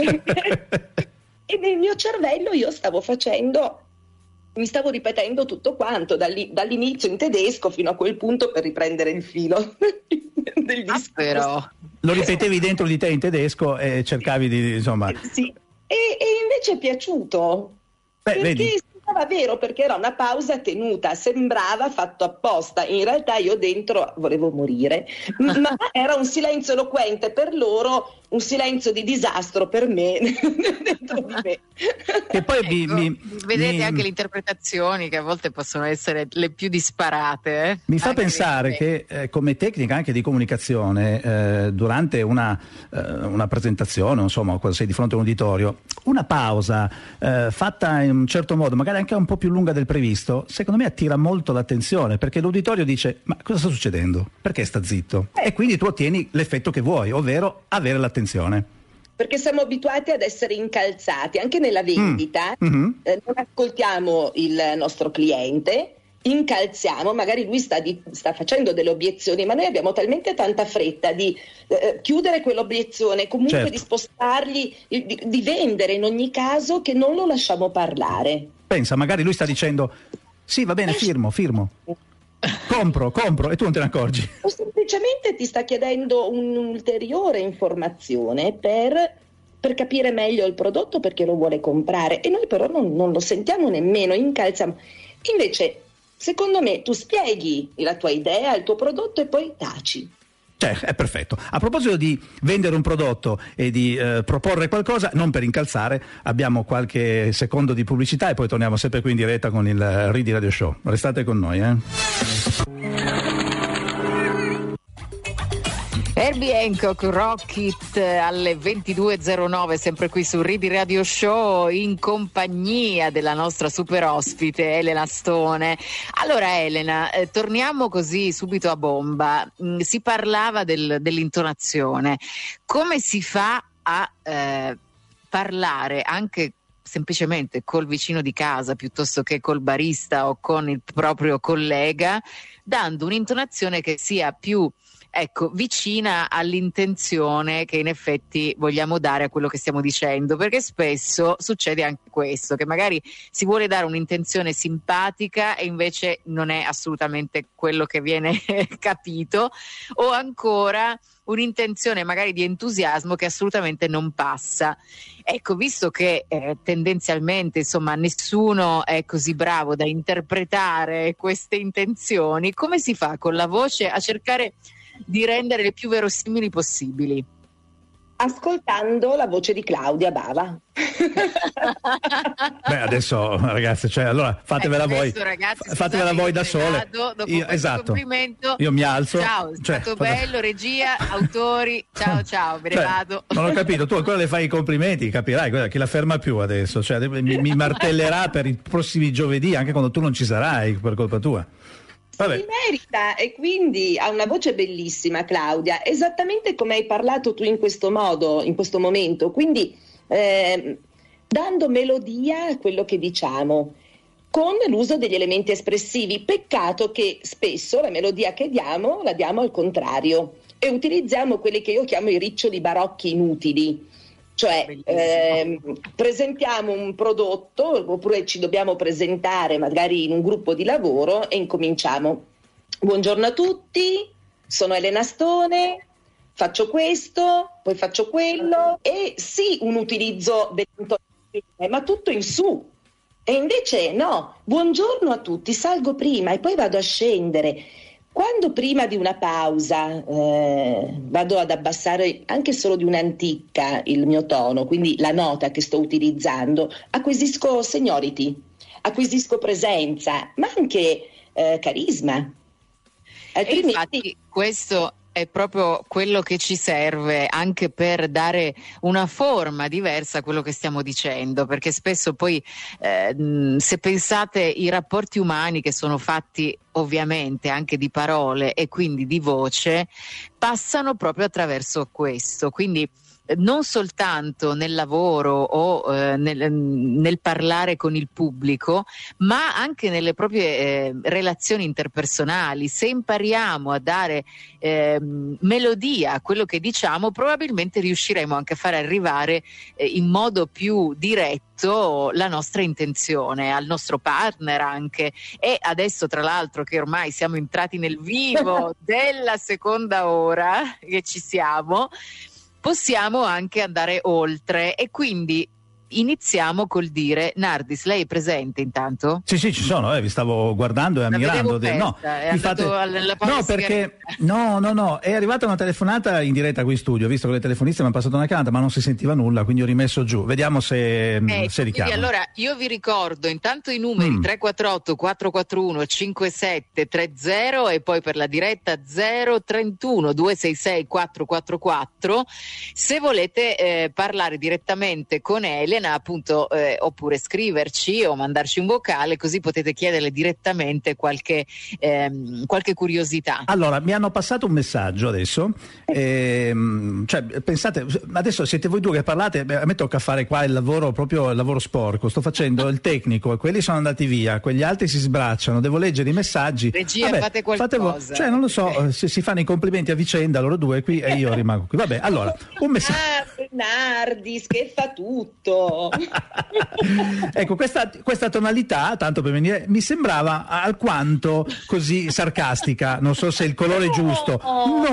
e nel mio cervello io stavo facendo, mi stavo ripetendo tutto quanto, dall'i- dall'inizio in tedesco fino a quel punto per riprendere il filo del discorso. Ah, però. Lo ripetevi dentro di te in tedesco e cercavi di, insomma... Sì, e, e invece è piaciuto. Beh, perché vedi. sembrava vero, perché era una pausa tenuta, sembrava fatto apposta. In realtà io dentro volevo morire, ma era un silenzio eloquente per loro, un silenzio di disastro per me dentro di me. E poi mi, Ecco, mi, vedete mi- anche le interpretazioni che a volte possono essere le più disparate. eh? Mi fa Anche pensare le- che eh, come tecnica anche di comunicazione, eh, durante una, eh, una presentazione, insomma, quando sei di fronte a un uditorio, una pausa eh, fatta in un certo modo, magari anche un po' più lunga del previsto, secondo me attira molto l'attenzione, perché l'uditorio dice: ma cosa sta succedendo? Perché sta zitto? E quindi tu ottieni l'effetto che vuoi, ovvero avere l'attenzione. Perché siamo abituati ad essere incalzati anche nella vendita. Mm. Mm-hmm. Eh, non ascoltiamo il nostro cliente, incalziamo, magari lui sta, di, sta facendo delle obiezioni, ma noi abbiamo talmente tanta fretta di eh, chiudere quell'obiezione, comunque Certo. di spostargli, di, di vendere in ogni caso, che non lo lasciamo parlare. Pensa, magari lui sta dicendo: sì, va bene, firmo, firmo. Compro, compro, e tu non te ne accorgi. O semplicemente ti sta chiedendo un'ulteriore informazione per, per capire meglio il prodotto, perché lo vuole comprare, e noi però non, non lo sentiamo nemmeno, incalziamo. Invece, secondo me, tu spieghi la tua idea, il tuo prodotto, e poi taci. Cioè, è perfetto. A proposito di vendere un prodotto e di eh, proporre qualcosa, non per incalzare, abbiamo qualche secondo di pubblicità e poi torniamo sempre qui in diretta con il eh, Ridi Radio Show. Restate con noi, eh. Herbie Hancock, Rock It alle ventidue e zero nove, sempre qui su Ridi Radio Show, in compagnia della nostra super ospite Elena Stone. Allora Elena, eh, torniamo così subito a bomba. Mm, si parlava del, dell'intonazione. Come si fa a eh, parlare anche semplicemente col vicino di casa piuttosto che col barista o con il proprio collega, dando un'intonazione che sia più, ecco, vicina all'intenzione che in effetti vogliamo dare a quello che stiamo dicendo, perché spesso succede anche questo, che magari si vuole dare un'intenzione simpatica e invece non è assolutamente quello che viene capito, o ancora un'intenzione magari di entusiasmo che assolutamente non passa. Ecco, visto che eh, tendenzialmente insomma nessuno è così bravo da interpretare queste intenzioni, come si fa con la voce a cercare di rendere le più verosimili possibili? ascoltando la voce di Claudia Bava. Beh, adesso ragazzi, cioè, allora fatevela eh, voi, adesso, ragazzi, fatevela voi da sole. Vado, dopo io, esatto. complimento, io mi alzo. Ciao, è cioè, stato cosa... bello, regia, autori, ciao ciao, me ne cioè, vado. Non ho capito, tu ancora le fai i complimenti, capirai, guarda, chi la ferma più adesso, cioè, mi, mi martellerà per i prossimi giovedì, anche quando tu non ci sarai, per colpa tua. Vabbè. Si merita, e quindi ha una voce bellissima Claudia, esattamente come hai parlato tu in questo modo, in questo momento, quindi eh, dando melodia a quello che diciamo, con l'uso degli elementi espressivi. Peccato che spesso la melodia che diamo la diamo al contrario e utilizziamo quelli che io chiamo i riccioli barocchi inutili. Cioè eh, presentiamo un prodotto oppure ci dobbiamo presentare magari in un gruppo di lavoro e incominciamo. Buongiorno a tutti, sono Elena Stone, faccio questo, poi faccio quello, e sì un utilizzo dell'intonazione, ma tutto in su. E invece no, buongiorno a tutti, salgo prima e poi vado a scendere. Quando prima di una pausa eh, vado ad abbassare anche solo di un'anticca il mio tono, quindi la nota che sto utilizzando, acquisisco seniority, acquisisco presenza, ma anche eh, carisma. Altrimenti... E infatti questo è proprio quello che ci serve anche per dare una forma diversa a quello che stiamo dicendo, perché spesso poi eh, se pensate i rapporti umani che sono fatti ovviamente anche di parole e quindi di voce, passano proprio attraverso questo, quindi non soltanto nel lavoro o eh, nel, nel parlare con il pubblico, ma anche nelle proprie eh, relazioni interpersonali. Se impariamo a dare eh, melodia a quello che diciamo, probabilmente riusciremo anche a far arrivare eh, in modo più diretto la nostra intenzione al nostro partner anche. E adesso, tra l'altro, che ormai siamo entrati nel vivo della seconda ora che ci siamo, possiamo anche andare oltre, e quindi iniziamo col dire: Nardis, lei è presente intanto? Sì, sì, ci sono, eh, vi stavo guardando e ammirando. Persa, no, è fate... alla no, perché no, no, no, è arrivata una telefonata in diretta qui in studio, visto che le telefoniste mi hanno passato una chiamata, ma non si sentiva nulla, quindi ho rimesso giù. Vediamo se, ecco, se richiama. Allora, io vi ricordo intanto i numeri mm. tre quattro otto quattro quattro uno cinque sette tre zero e poi per la diretta zero trentuno due sei sei quattro quattro quattro. Se volete eh, parlare direttamente con Elena, appunto, eh, oppure scriverci o mandarci un vocale, così potete chiederle direttamente qualche, ehm, qualche curiosità. Allora, mi hanno passato un messaggio adesso, ehm, cioè pensate, adesso siete voi due che parlate, beh, a me tocca fare qua il lavoro, proprio il lavoro sporco, sto facendo il tecnico e quelli sono andati via, quegli altri si sbracciano, devo leggere i messaggi. Regia, vabbè, fate qualcosa. Fate vo- cioè non lo so, okay. si, si fanno i complimenti a vicenda loro due qui e io rimango qui. Vabbè, allora, un messaggio. Ah, Nardis che fa tutto. Ecco, questa, questa tonalità, tanto per venire, mi sembrava alquanto così sarcastica, non so se il colore è giusto.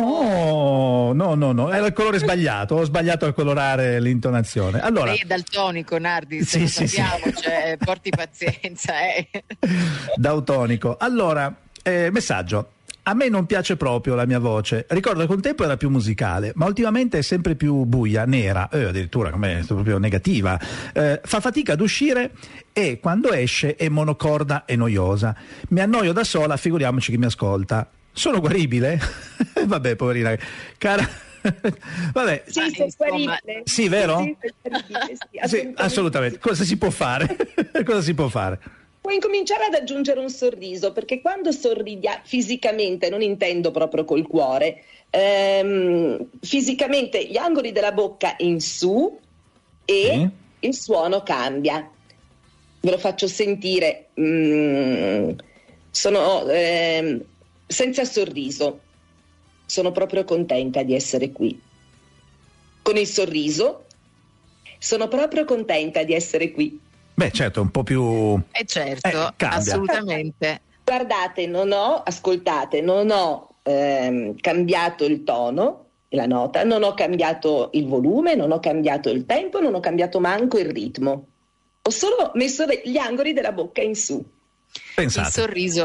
No, no, no, no, era il colore sbagliato, ho sbagliato a colorare l'intonazione. Allora, lei è daltonico, Nardis, sì, lo sì, sappiamo, sì. Cioè, porti pazienza. Eh. Daltonico. Allora, eh, messaggio. A me non piace proprio la mia voce. Ricordo che un tempo era più musicale, ma ultimamente è sempre più buia, nera, eh, addirittura come proprio negativa. Eh, fa fatica ad uscire e quando esce è monocorda e noiosa. Mi annoio da sola, figuriamoci chi mi ascolta. Sono guaribile? Vabbè, poverina. Cara... Vabbè. Sì, sei guaribile. Sì, vero? Sì, sei guaribile, sì, assolutamente. Sì, assolutamente. Cosa si può fare? Cosa si può fare? Puoi incominciare ad aggiungere un sorriso, perché quando sorridi fisicamente, non intendo proprio col cuore, ehm, fisicamente gli angoli della bocca in su e sì. Il suono cambia. Ve lo faccio sentire. Mm, sono ehm, senza sorriso. Sono proprio contenta di essere qui. Con il sorriso, sono proprio contenta di essere qui. Beh, certo, un po' più... Eh certo, eh, assolutamente. Guardate, non ho, ascoltate, non ho ehm, cambiato il tono, la nota, non ho cambiato il volume, non ho cambiato il tempo, non ho cambiato manco il ritmo. Ho solo messo gli angoli della bocca in su. Pensate. Il sorriso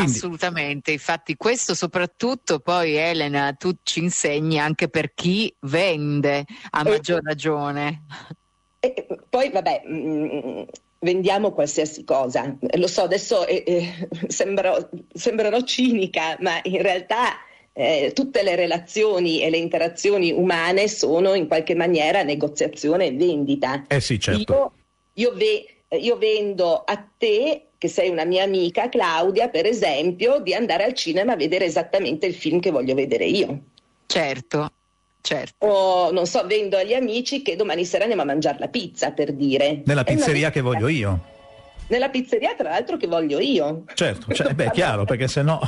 Quindi... Assolutamente, infatti questo soprattutto poi Elena tu ci insegni anche per chi vende a maggior ragione. E poi vabbè, mh, vendiamo qualsiasi cosa, lo so adesso eh, eh, sembrerò, sembrerò cinica, ma in realtà eh, tutte le relazioni e le interazioni umane sono in qualche maniera negoziazione e vendita. Eh sì, certo. Io, io, ve, io vendo a te, che sei una mia amica, Claudia, per esempio, di andare al cinema a vedere esattamente il film che voglio vedere io. Certo. Certo. O non so, vendo agli amici che domani sera andiamo a mangiare la pizza, per dire. Nella pizzeria una... che voglio io. Nella pizzeria, tra l'altro, che voglio io. Certo, cioè, beh, chiaro, perché se no...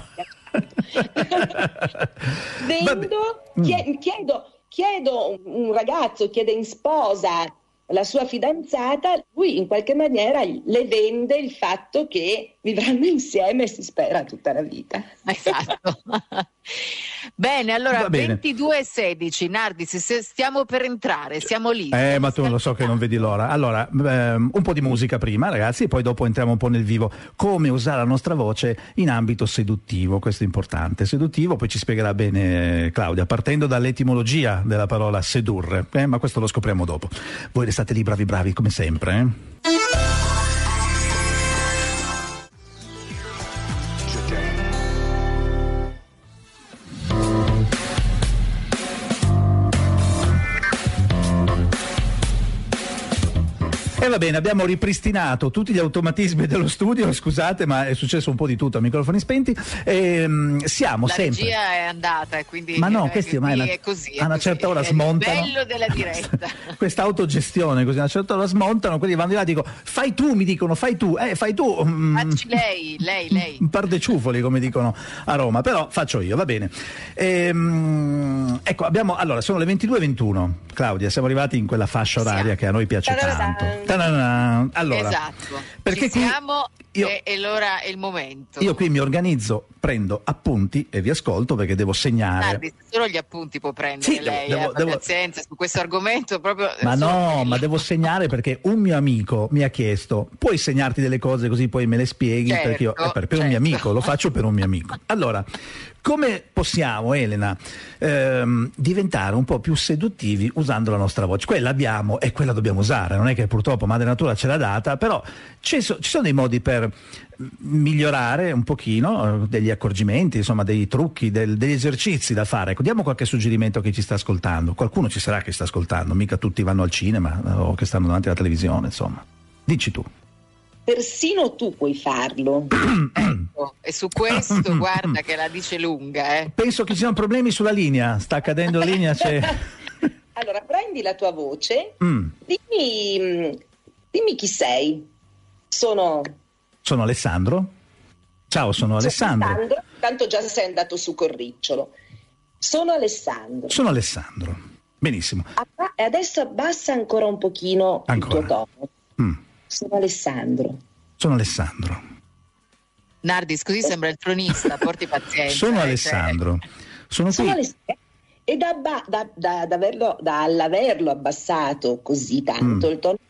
Vendo, chie- chiedo, chiedo un ragazzo, chiede in sposa la sua fidanzata, lui in qualche maniera le vende il fatto che vivranno insieme, si spera, tutta la vita. Esatto. Bene, allora ventidue e sedici, Nardi, se stiamo per entrare, siamo lì. Eh, ma tu lo so che non vedi l'ora. Allora, ehm, un po' di musica prima, ragazzi, e poi dopo entriamo un po' nel vivo. Come usare la nostra voce in ambito seduttivo, questo è importante. Seduttivo, poi ci spiegherà bene Claudia, partendo dall'etimologia della parola sedurre, eh, ma questo lo scopriamo dopo. Voi restate lì bravi bravi, come sempre, eh? E va bene, abbiamo ripristinato tutti gli automatismi dello studio, scusate, ma è successo un po' di tutto a microfoni spenti. E, um, siamo la sempre. La regia è andata e quindi. Ma no, eh, questi ormai è così. È a una così. certa ora è smontano. Il bello della diretta. Questa autogestione, così a una certa ora smontano, quelli vanno di là e dico fai tu, mi dicono fai tu, eh, fai tu. Facci lei, lei, lei. Un par de ciufoli, come dicono a Roma, però faccio io, va bene. Ehm, ecco, abbiamo, allora, sono le ventidue e ventuno. Claudia, siamo arrivati in quella fascia oraria siamo. Che a noi piace Ta-da-da. tanto. Ta-da-da. Allora, esatto, perché ci siamo io, e, e l'ora è il momento. Io qui mi organizzo, prendo appunti e vi ascolto perché devo segnare. Nardi, solo gli appunti può prendere sì, lei, devo, eh, devo, pazienza su questo argomento proprio. Ma no, quello. ma devo segnare perché un mio amico mi ha chiesto puoi segnarti delle cose così poi me le spieghi, certo, perché io, eh, per, per certo. un mio amico, lo faccio per un mio amico. Allora, come possiamo, Elena, ehm, diventare un po' più seduttivi usando la nostra voce? Quella abbiamo e quella dobbiamo usare, non è che purtroppo Madre Natura ce l'ha data, però ci, so, ci sono dei modi per migliorare un pochino, degli accorgimenti, insomma dei trucchi, del, degli esercizi da fare. Ecco, diamo qualche suggerimento a chi ci sta ascoltando. Qualcuno ci sarà che sta ascoltando, mica tutti vanno al cinema o che stanno davanti alla televisione, insomma. Dici tu. Persino tu puoi farlo. Ecco, e su questo guarda che la dice lunga, eh. Penso che ci siano problemi sulla linea, sta cadendo linea, c'è... Allora, prendi la tua voce, mm. dimmi, dimmi chi sei. Sono... Sono Alessandro. Ciao, sono Alessandro. Alessandro. Tanto già sei andato su col ricciolo. Sono Alessandro. Sono Alessandro. Benissimo. E adesso abbassa ancora un pochino ancora. il tuo tono. Mm. Sono Alessandro. Sono Alessandro. Nardis, così sembra il tronista, porti pazienza. Sono eh, Alessandro. Cioè... Sono, Sono Alessandro. E da, da, da, da averlo, dall'averlo abbassato così tanto mm.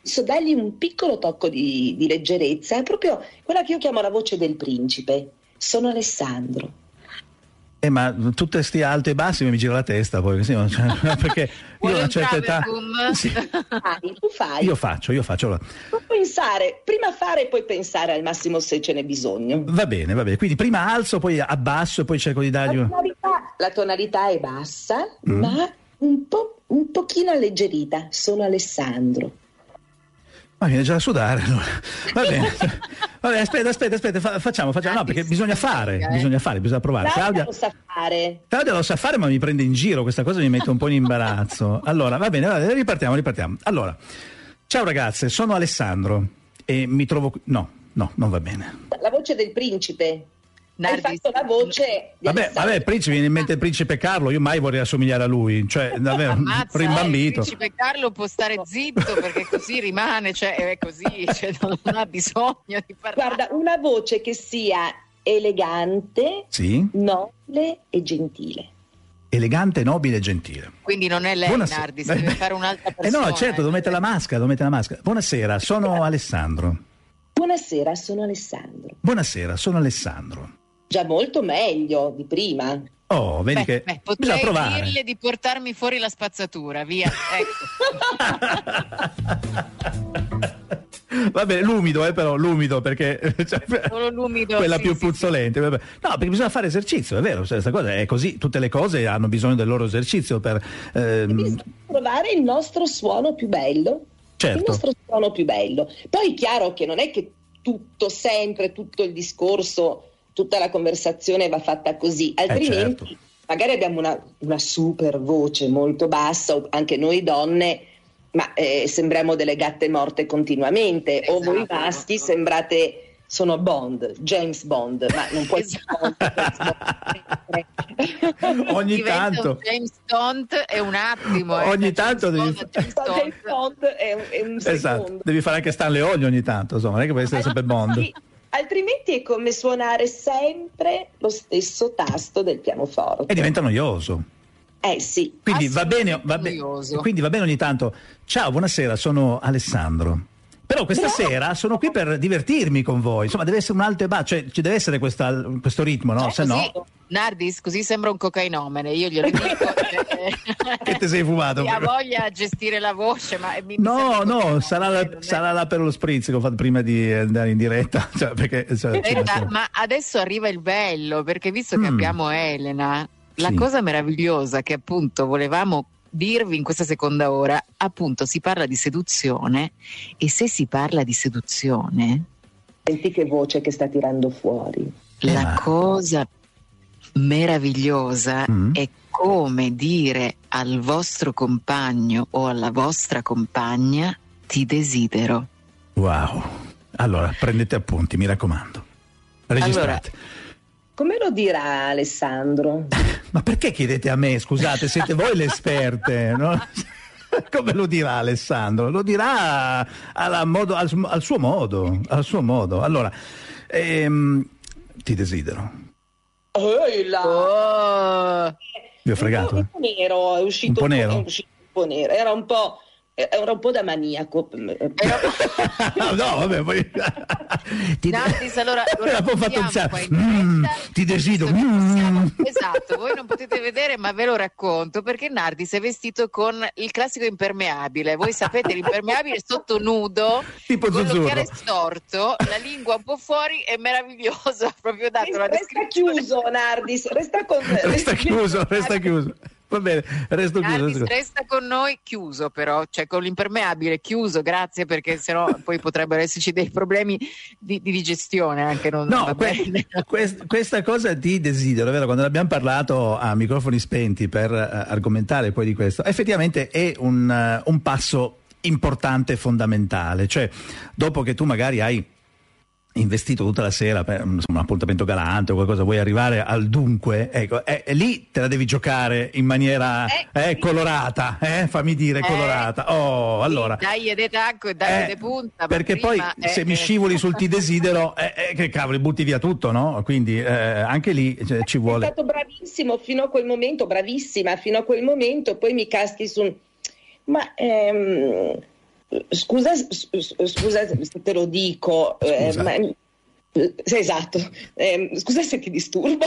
Eh, ma tutte sti alti e bassi mi gira la testa poi, sì, cioè, perché io ho una certa età. Sì. Fai, tu fai. Io faccio, io faccio. Allora. Non pensare, prima fare e poi pensare al massimo se ce n'è bisogno. Va bene, va bene. Quindi prima alzo, poi abbasso e poi cerco di dargli. La tonalità, la tonalità è bassa, mm. ma un po', un pochino alleggerita. Sono Alessandro. Ma viene già da sudare. Allora. Va bene. Vabbè, aspetta, aspetta, aspetta, fa, facciamo, facciamo. No, perché bisogna fare, eh. bisogna fare, bisogna provare. Claudia, Claudia lo sa fare. Claudia lo sa fare, ma mi prende in giro, questa cosa mi mette un po' in imbarazzo. Allora, va bene, va bene, ripartiamo, ripartiamo. Allora, ciao ragazze, sono Alessandro e mi trovo qui. No, no, non va bene. La voce del principe. Nardis. Hai fatto la voce di vabbè, vabbè, il principe, viene in mente il principe Carlo, io mai vorrei assomigliare a lui, cioè davvero Ammazza, rimbambito. Il principe Carlo può stare zitto perché così rimane, cioè è così, cioè, non ha bisogno di parlare. Guarda, una voce che sia elegante, sì? nobile e gentile. Elegante, nobile e gentile. Quindi non è lei, Buonasera. Nardis, deve fare un'altra persona. Eh no, certo, devo mettere la maschera, devo mettere la maschera. Buonasera, sono Alessandro. Buonasera, sono Alessandro. Buonasera, sono Alessandro. già molto meglio di prima. Oh, vedi beh, che beh, bisogna potrei provare. dirle di portarmi fuori la spazzatura, via. Ecco. Va bene, l'umido, eh, però, l'umido, perché cioè, Solo l'umido, quella sì, più sì, puzzolente. Vabbè. No, perché bisogna fare esercizio, è vero, questa cosa è così, tutte le cose hanno bisogno del loro esercizio per ehm... Bisogna trovare il nostro suono più bello. Certo. Il nostro suono più bello. Poi è chiaro che non è che tutto sempre, tutto il discorso, tutta la conversazione va fatta così, altrimenti eh, certo. magari abbiamo una, una super voce molto bassa, o anche noi donne, ma eh, sembriamo delle gatte morte continuamente, esatto. O voi maschi sembrate, sono Bond, James Bond, ma non puoi esatto. Ogni diventa tanto un James Bond è un attimo eh, ogni da tanto James devi Bond, fa... James Bond è un, è un esatto. secondo. Devi fare anche Stanley Olio ogni tanto, insomma, non è che puoi essere sempre Bond. Sì. Altrimenti è come suonare sempre lo stesso tasto del pianoforte. E diventa noioso. Eh sì. Quindi va bene, va be- quindi va bene ogni tanto. Ciao, buonasera, sono Alessandro. Però questa Bravo. sera sono qui per divertirmi con voi. Insomma, deve essere un alto e basso, cioè ci deve essere questa, questo ritmo, no? Cioè, Se così, no. Nardis, così sembra un cocainomane. Io glielo dico. Che ti sei fumato? Ha voglia a gestire la voce, ma mi, No, mi no, sarà la, è... sarà là per lo spritz che ho fatto prima di andare in diretta. Cioè, perché, cioè, Senta, ma adesso arriva il bello, perché visto che Mm. abbiamo Elena, la Sì. cosa meravigliosa che appunto volevamo dirvi in questa seconda ora, appunto si parla di seduzione, e se si parla di seduzione, Senti che voce che sta tirando fuori. la ma- cosa meravigliosa Mm. è come dire al vostro compagno o alla vostra compagna ti desidero. Wow. Allora, prendete appunti, mi raccomando. Registrate. Come lo dirà Alessandro? Ma perché chiedete a me? Scusate, siete voi le esperte, no? Come lo dirà Alessandro? Lo dirà alla modo, al, al suo modo, al suo modo. Allora, ehm, ti desidero. Ehi là! Oh, Vi ho fregato, Un po' nero, è uscito Un po' nero? È uscito un po' nero. Era un po', era un po' da maniaco. no, vabbè, poi ti Nardis, allora lo Era un po' fatto raccontiamo un qua in mm, diretta, ti decido. visto che possiamo- Mm. esatto, voi non potete vedere ma ve lo racconto, perché Nardis è vestito con il classico impermeabile. Voi sapete, l'impermeabile sotto nudo, Tipo con Zuzzurro. l'occhiale storto, la lingua un po' fuori, è meraviglioso. Ha proprio dato la Resta descrizione. chiuso, Nardis, resta con Resta chiuso, resta chiuso. Va bene, resto chiuso. Nardis resto chiuso. resta con noi chiuso, però, cioè con l'impermeabile chiuso, grazie, perché sennò poi potrebbero esserci dei problemi di, di digestione anche. Non No, va que- bene. quest- questa cosa di desidero, è vero, quando ne abbiamo parlato a microfoni spenti per uh, argomentare poi di questo, effettivamente è un, uh, un passo importante e fondamentale. Cioè, dopo che tu magari hai investito tutta la sera per insomma, un appuntamento galante o qualcosa, vuoi arrivare al dunque, ecco, e, e lì te la devi giocare in maniera Eh, eh, sì. colorata, eh, fammi dire, Eh, colorata. Oh, allora. Sì, dai de tacco e dai Eh, de punta. ma perché prima, poi eh, se mi eh. scivoli sul ti desidero, eh, eh, che cavolo, butti via tutto, no? Quindi eh, anche lì cioè, ci Sei vuole. stato bravissimo fino a quel momento, bravissima fino a quel momento, poi mi caschi su un... Ma ehm, scusa, s- s- scusa se te lo dico, eh, Scusa. ma, eh, sì, esatto, eh, scusa se ti disturbo.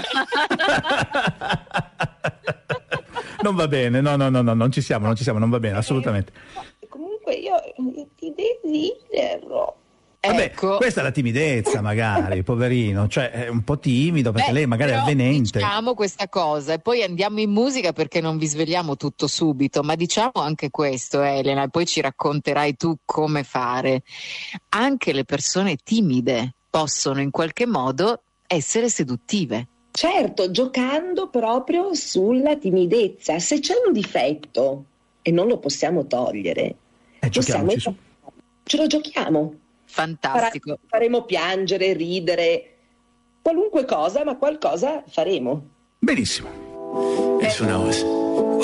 Non va bene, no, no, no, no, non ci siamo, non ci siamo, non va bene, assolutamente. Comunque io ti desidero. Vabbè, Ecco. questa è la timidezza, magari, poverino, cioè è un po' timido perché Beh, lei magari è però avvenente. Diciamo questa cosa e poi andiamo in musica perché non vi svegliamo tutto subito, ma diciamo anche questo, Elena, e poi ci racconterai tu come fare. Anche le persone timide possono in qualche modo essere seduttive. Certo, giocando proprio sulla timidezza. Se c'è un difetto e non lo possiamo togliere, Eh, possiamo giochiamoci su. ce lo giochiamo. Fantastico. Farà- faremo piangere, ridere, qualunque cosa, ma qualcosa faremo. Benissimo. It's when I was. Oh,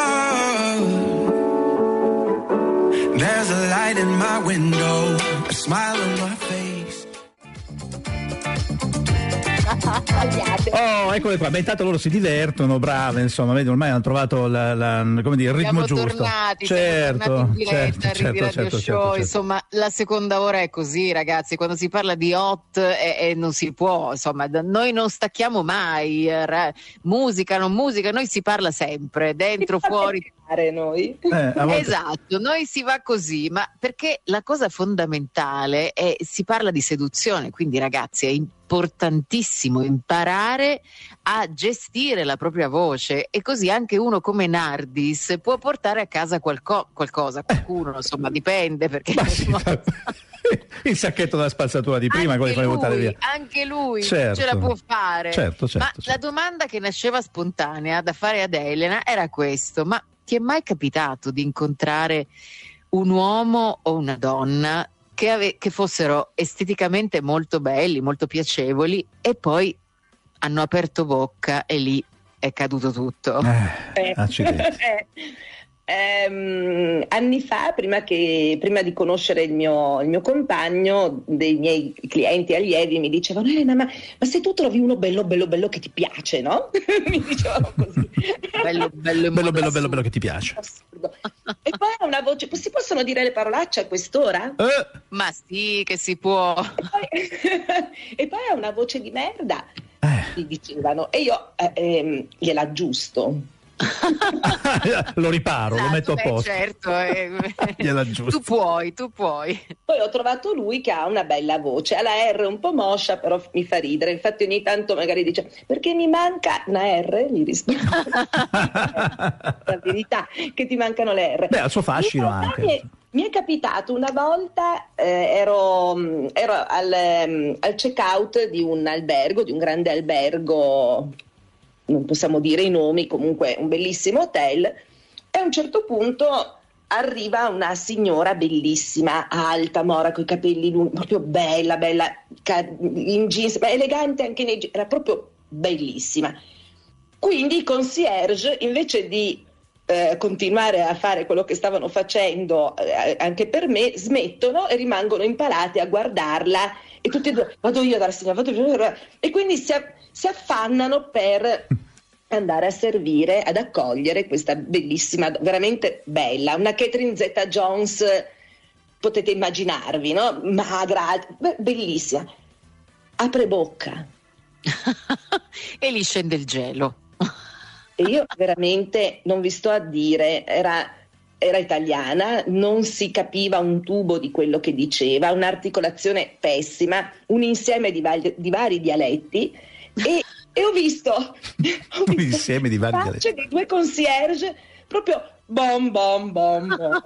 there's a light in my window, a smile on my face. Sbagliate. Oh, eccole qua. Beh, intanto loro si divertono, brave, insomma, vedi, ormai hanno trovato la, la, come dire, il ritmo siamo giusto. Tornati, certo, siamo tornati in diretta, certo, Ridi certo, Radio certo, Show, certo, certo. insomma, la seconda ora è così, ragazzi, quando si parla di hot e, e non si può, insomma, noi non stacchiamo mai, ra- musica, non musica, noi si parla sempre, dentro, fuori. Noi. Eh, a volte... Esatto, noi si va così, ma perché la cosa fondamentale è si parla di seduzione, quindi ragazzi è importantissimo imparare a gestire la propria voce e così anche uno come Nardis può portare a casa qualco- qualcosa, qualcuno, insomma, dipende perché sì, il sacchetto della spazzatura di prima, quello che fai buttare via. Anche lui certo. ce la può fare. Certo, certo, ma certo. la domanda che nasceva spontanea da fare ad Elena era questo: ma ti è mai capitato di incontrare un uomo o una donna che, ave- che fossero esteticamente molto belli, molto piacevoli e poi hanno aperto bocca e lì è caduto tutto? Eh, accidenti. eh. Ehm, anni fa, prima, che, prima di conoscere il mio, il mio compagno, dei miei clienti allievi mi dicevano: Elena, ma, ma se tu trovi uno bello bello bello che ti piace, no? Mi dicevano così. bello bello bello bello bello bello che ti piace. Assurdo. E poi ha una voce, si possono dire le parolacce a quest'ora? Eh. Ma sì, che si può. E poi, e poi ha una voce di merda, eh. mi dicevano, e io eh, ehm, gliela aggiusto. Lo riparo, esatto, lo metto a beh, posto. Certo, eh. tu puoi, tu puoi. Poi ho trovato lui che ha una bella voce, ha la R un po' moscia, però mi fa ridere. Infatti ogni tanto magari dice: perché mi manca una R? Gli rispondo la verità, che ti mancano le R. Beh, al suo fascino mi anche. Mi è, mi è capitato una volta, eh, ero, ero al, um, al check-out di un albergo, di un grande albergo, non possiamo dire i nomi, comunque un bellissimo hotel, e a un certo punto arriva una signora bellissima, alta, mora, con i capelli lunghi, proprio bella, bella, in jeans, ma elegante anche nei jeans, era proprio bellissima. Quindi i concierge, invece di eh, continuare a fare quello che stavano facendo eh, anche per me, smettono e rimangono impalati a guardarla, e tutti e due: vado io dalla signora, vado io, e quindi si, si affannano per andare a servire, ad accogliere questa bellissima, veramente bella, una Catherine Zeta-Jones, potete immaginarvi, no? Magra, bellissima. Apre bocca e lì scende il gelo. E io veramente non vi sto a dire, era, era italiana, non si capiva un tubo di quello che diceva, un'articolazione pessima, un insieme di, vari, di vari dialetti, e E ho visto, ho un visto insieme di vari dialetti. facce dei due concierge proprio bom bom bom bom.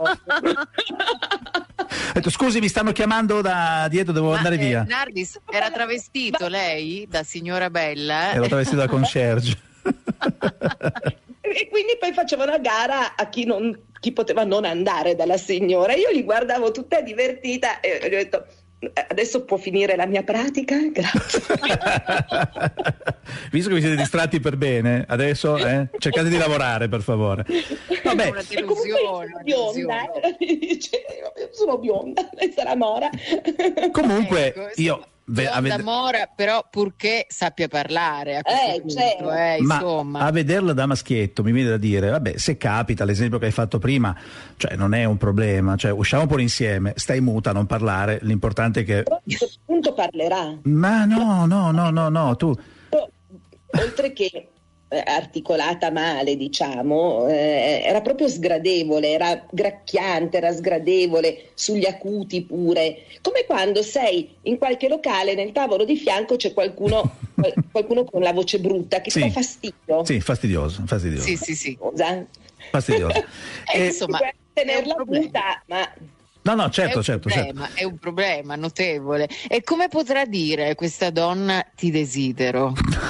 Detto, scusi, mi stanno chiamando da dietro, devo Ma, andare eh, via. Nardis era travestito lei da signora bella? Ero travestito da concierge. E quindi poi facevano a gara a chi, non, chi poteva non andare dalla signora. Io li guardavo tutta divertita e gli ho detto: adesso può finire la mia pratica? Grazie. Visto che vi siete distratti per bene, adesso eh, cercate di lavorare, per favore. Vabbè. Una delusione, una bionda, dice, io sono bionda, lei sarà mora. Comunque ecco, io ve- bionda avete... mora, però purché sappia parlare a questo Eh, punto, certo. eh, Ma insomma. a vederla da maschietto mi viene da dire, vabbè, se capita, l'esempio che hai fatto prima, cioè non è un problema, cioè usciamo pure insieme, stai muta, non parlare, l'importante è che... Però a questo punto parlerà. Ma no, no, no, no, no, tu... Però, oltre che eh, articolata male, diciamo, eh, era proprio sgradevole, era gracchiante, era sgradevole, sugli acuti pure, come quando sei in qualche locale, nel tavolo di fianco c'è qualcuno, qualcuno con la voce brutta che Sì. ti fa fastidio. Sì, fastidioso, fastidioso. Sì, sì, sì. Scusa. Fastidioso. Eh, E- insomma, Puoi tenerla è un problema. muta, ma No, no, È certo, un certo, certo. problema, è un problema notevole. E come potrà dire questa donna ti desidero?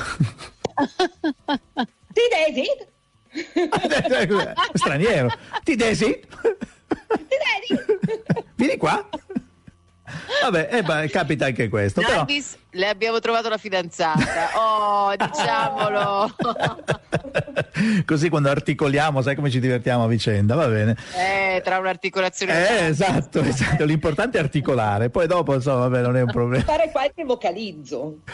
ti desidero? Straniero. Ti desi? Ti desidero? Vieni qua. Vabbè, eh, beh, capita anche questo. Però... Nardis, le abbiamo trovato la fidanzata. Oh, diciamolo. Così quando articoliamo, sai come ci divertiamo a vicenda, va bene. Eh, tra un'articolazione e Eh, un'altra. esatto, esatto. L'importante è articolare, poi dopo, insomma, vabbè, non è un problema. Fare qualche vocalizzo.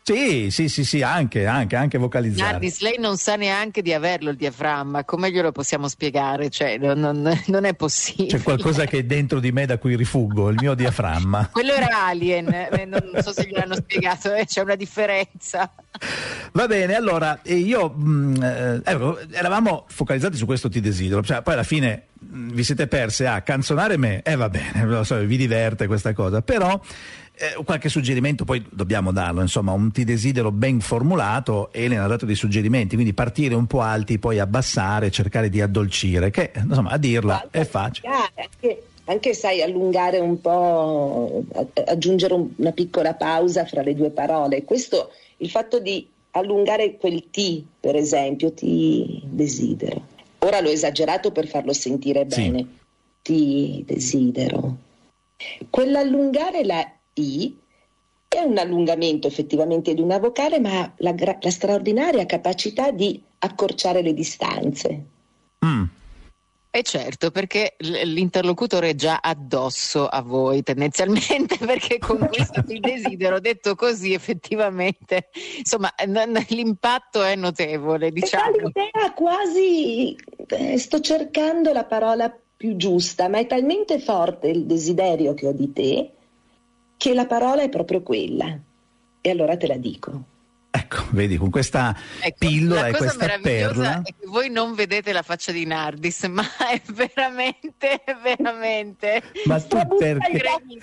Sì, sì, sì, sì, anche, anche, anche vocalizzare. Nardis, lei non sa neanche di averlo il diaframma, come glielo possiamo spiegare? Cioè, non, non, non è possibile. C'è qualcosa che è dentro di me da cui rifuggo, il mio diaframma. Quello era Alien, eh, non so se gliel'hanno spiegato, eh, c'è una differenza. Va bene, allora io mh, eh, ecco, eravamo focalizzati su questo Ti desidero, cioè, poi alla fine mh, vi siete perse a canzonare me, e eh, va bene, lo so, vi diverte questa cosa, però eh, qualche suggerimento poi dobbiamo darlo, insomma, un Ti desidero ben formulato. Elena ha dato dei suggerimenti, quindi partire un po' alti, poi abbassare, cercare di addolcire, che insomma a dirla è facile. Anche, anche sai, allungare un po', aggiungere un, una piccola pausa fra le due parole, questo, il fatto di allungare quel ti, per esempio, ti desidero. Ora l'ho esagerato per farlo sentire bene. Sì. Ti desidero. Quell'allungare la i è un allungamento effettivamente di una vocale, ma ha la, gra- la straordinaria capacità di accorciare le distanze. Mm. E certo, perché l'interlocutore è già addosso a voi tendenzialmente, perché con questo Ti desidero detto così effettivamente, insomma, n- l'impatto è notevole, diciamo. E l'idea quasi, eh, sto cercando la parola più giusta, ma è talmente forte il desiderio che ho di te che la parola è proprio quella. E allora te la dico. Ecco, vedi, con questa ecco, pillola e questa perla. È che voi non vedete la faccia di Nardis, ma è veramente, veramente. Ma tu perché?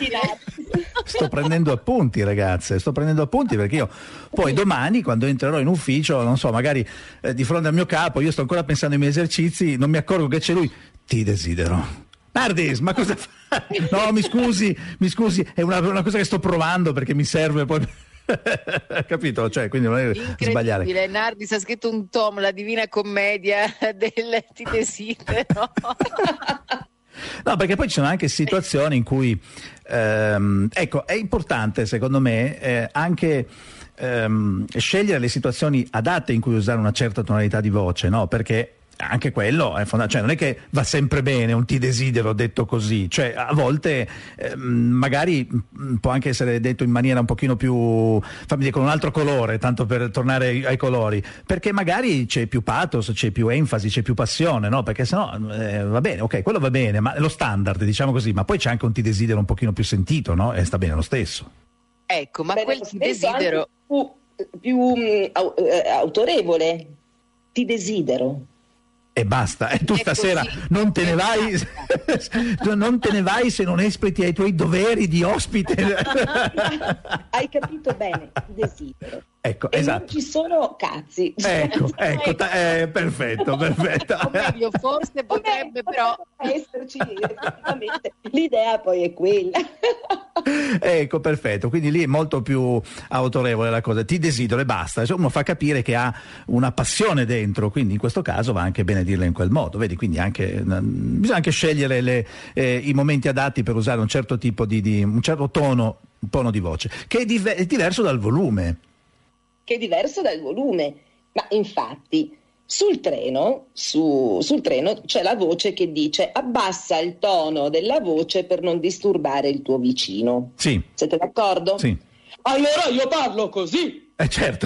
Sto prendendo appunti, ragazze, sto prendendo appunti perché io poi domani, quando entrerò in ufficio, non so, magari eh, di fronte al mio capo, io sto ancora pensando ai miei esercizi, non mi accorgo che c'è lui. Ti desidero. Nardis, ma cosa fai? No, mi scusi, mi scusi, è una, una cosa che sto provando perché mi serve poi. Capito? Cioè, quindi non è sbagliare. Nardis ha scritto un tom, La Divina Commedia del Ti desidero. No, perché poi ci sono anche situazioni in cui ehm, ecco, è importante secondo me eh, anche ehm, scegliere le situazioni adatte in cui usare una certa tonalità di voce, no? Perché anche quello è fondamentale, cioè non è che va sempre bene un ti desidero detto così, cioè a volte eh, magari mh, può anche essere detto in maniera un pochino più, fammi dire, con un altro colore, tanto per tornare ai, ai colori, perché magari c'è più pathos, c'è più enfasi, c'è più passione, no? Perché sennò eh, va bene, ok, quello va bene, ma è lo standard, diciamo così, ma poi c'è anche un ti desidero un pochino più sentito, no? E sta bene lo stesso. Ecco, ma bene, quel ti desidero più, più um, autorevole, ti desidero. E basta, e tu stasera non te ne vai non te ne vai se non espleti ai tuoi doveri di ospite. Hai capito bene, ti desidero. Ecco, e esatto. Non ci sono cazzi. Ecco, ecco, ta- eh, perfetto, perfetto. O meglio, forse potrebbe, però esserci effettivamente. L'idea poi è quella. Ecco, perfetto, quindi lì è molto più autorevole la cosa, ti desidero e basta, insomma, uno fa capire che ha una passione dentro, quindi in questo caso va anche bene dirla in quel modo, vedi, quindi anche bisogna anche scegliere le, eh, i momenti adatti per usare un certo tipo di, di un certo tono, un tono di voce, che è, div- è diverso dal volume. Che è diverso dal volume, ma infatti sul treno, su, sul treno c'è la voce che dice abbassa il tono della voce per non disturbare il tuo vicino. Sì. Siete d'accordo? Sì. Allora io parlo così. Eh certo.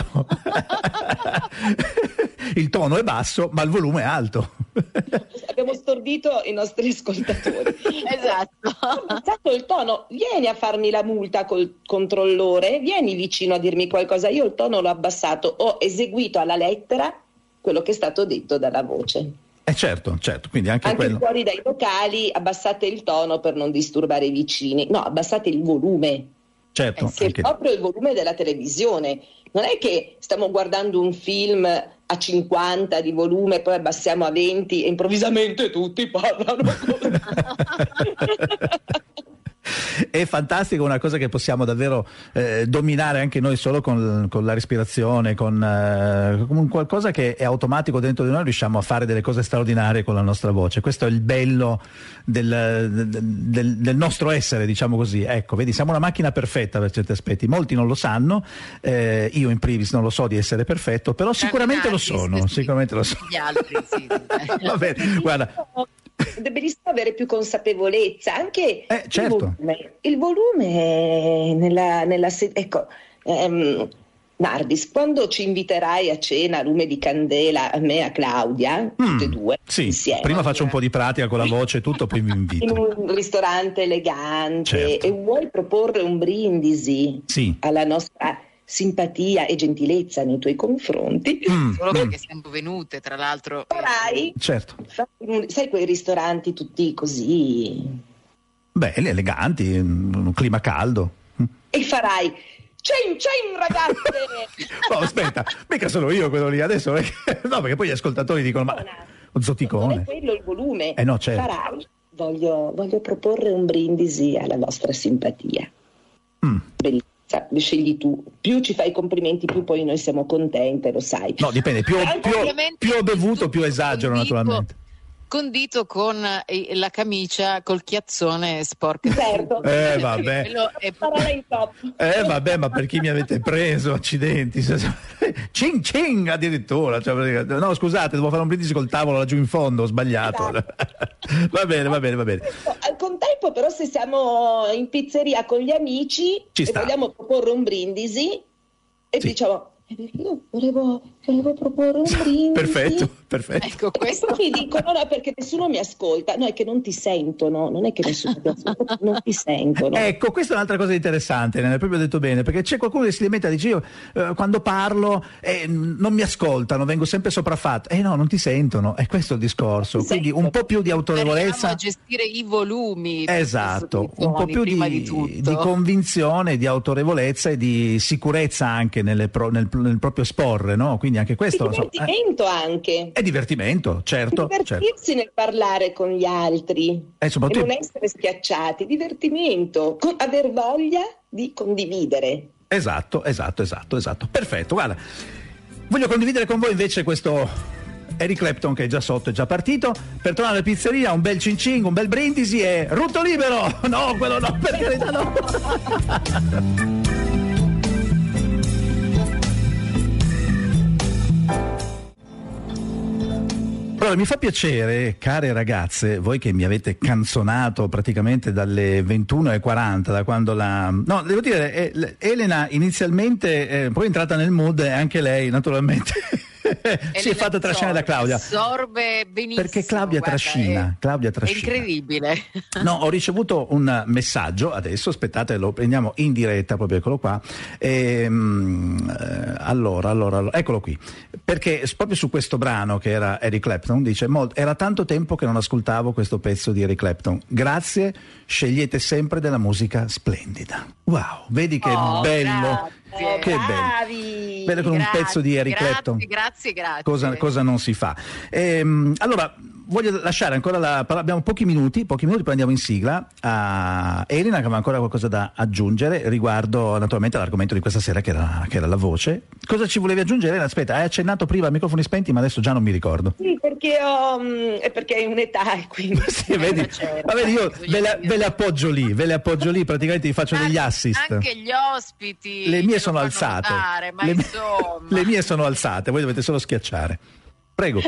Il tono è basso, ma il volume è alto. Abbiamo stordito i nostri ascoltatori. Esatto. Ho abbassato il tono, vieni a farmi la multa col controllore, vieni vicino a dirmi qualcosa, io il tono l'ho abbassato, ho eseguito alla lettera quello che è stato detto dalla voce. Eh certo, certo, quindi anche, anche quello. Fuori dai vocali abbassate il tono per non disturbare i vicini, no, abbassate il volume. Certo, eh, che anche... è proprio il volume della televisione. Non è che stiamo guardando un film a cinquanta di volume, poi abbassiamo a venti e improvvisamente tutti parlano così. È fantastico, una cosa che possiamo davvero eh, dominare anche noi solo con, con la respirazione, con, eh, con qualcosa che è automatico dentro di noi, riusciamo a fare delle cose straordinarie con la nostra voce. Questo è il bello del, del, del nostro essere, diciamo così. Ecco, vedi, siamo una macchina perfetta per certi aspetti, molti non lo sanno, eh, io in privis non lo so di essere perfetto, però sicuramente lo sono, sicuramente lo sono. Gli altri, sì. Va bene, guarda. È bellissimo avere più consapevolezza anche eh, certo. il volume, il volume nella, nella ecco ehm, Nardis, quando ci inviterai a cena a lume di candela, a me e a Claudia, mm, tutte e due, sì, insieme. Prima faccio un po' di pratica con la voce e tutto, poi vi invito. In un ristorante elegante, certo. E vuoi proporre un brindisi sì. alla nostra simpatia e gentilezza nei tuoi confronti. Mm. Solo perché siamo venute, tra l'altro. Farai, certo. Sai quei ristoranti tutti così belli, eleganti, un clima caldo. E farai Cin cin ragazze! No, aspetta, mica sono io quello lì adesso, perché, no, perché poi gli ascoltatori dicono ma un zoticone. Non è quello il volume. Eh no, certo. Farai, voglio, voglio proporre un brindisi alla vostra simpatia. Mm. Bellezza, scegli tu. Più ci fai complimenti, più poi noi siamo contente, lo sai. No, dipende, più, più, più ho bevuto, più esagero naturalmente. Condito con la camicia col chiazzone sporco. Certo. Eh vabbè. È... Parola in top. Eh vabbè, ma per chi mi avete preso, accidenti. Cing cing addirittura. Cioè, no, scusate, devo fare un brindisi col tavolo laggiù in fondo, ho sbagliato. Esatto. Va bene, va bene, va bene. Al contempo però se siamo in pizzeria con gli amici Ci e sta. vogliamo proporre un brindisi e sì. diciamo io volevo, volevo proporre un brindisi. Perfetto, perfetto. Ecco, questo mi dicono no, perché nessuno mi ascolta. No, è che non ti sentono, non è che nessuno ti ascolta, non ti sentono. Ecco, questa è un'altra cosa interessante, ne hai proprio detto bene, perché c'è qualcuno che si lamenta, dice io eh, quando parlo eh, non mi ascoltano, vengo sempre sopraffatto. Eh no, non ti sentono, è questo il discorso. Quindi un po' più di autorevolezza. a gestire i volumi. Esatto, suoni, un po' più di, di, di convinzione, di autorevolezza e di sicurezza anche nelle pro, nel, nel proprio esporre, no? Quindi anche questo. È divertimento insomma, eh, anche. È divertimento, certo. Divertirsi certo. nel parlare con gli altri e, soprattutto... e non essere schiacciati, divertimento, con, aver voglia di condividere. Esatto, esatto, esatto, esatto. Perfetto, guarda, voglio condividere con voi invece questo Eric Clapton che è già sotto, è già partito. Per tornare alla pizzeria, un bel cin cin, un bel brindisi e rutto libero! No, quello no, per carità no! Allora, mi fa piacere, care ragazze, voi che mi avete canzonato praticamente dalle ventuno e quaranta, da quando la... No, devo dire, eh, Elena inizialmente, eh, poi è entrata nel mood e anche lei naturalmente... si è fatta trascinare da Claudia. Assorbe benissimo. Perché Claudia guarda, trascina, è, Claudia trascina. È incredibile. No, ho ricevuto un messaggio adesso, aspettate, lo prendiamo in diretta, proprio eccolo qua. E, mm, allora, allora, allora, eccolo qui. Perché proprio su questo brano che era Eric Clapton dice: era tanto tempo che non ascoltavo questo pezzo di Eric Clapton. Grazie, scegliete sempre della musica splendida. Wow, vedi che oh, bello. Grazie. Che bravi, bello con grazie, un pezzo di Eric grazie, Clapton. Grazie, grazie. Cosa, cosa non si fa? Ehm, allora, voglio lasciare ancora la abbiamo pochi minuti, pochi minuti, poi andiamo in sigla a Elena che aveva ancora qualcosa da aggiungere riguardo naturalmente all'argomento di questa sera che era, che era la voce. Cosa ci volevi aggiungere, Elena? Aspetta, hai accennato prima a microfoni spenti, ma adesso già non mi ricordo. Sì, perché ho mh, è perché hai un'età e quindi sì, vedi, va bene, io ve le, ve le appoggio lì, ve le appoggio lì, praticamente vi faccio anche, degli assist. Anche gli ospiti. Le mie sono alzate. Notare, ma le, insomma... le mie sono alzate, voi dovete solo schiacciare. Prego.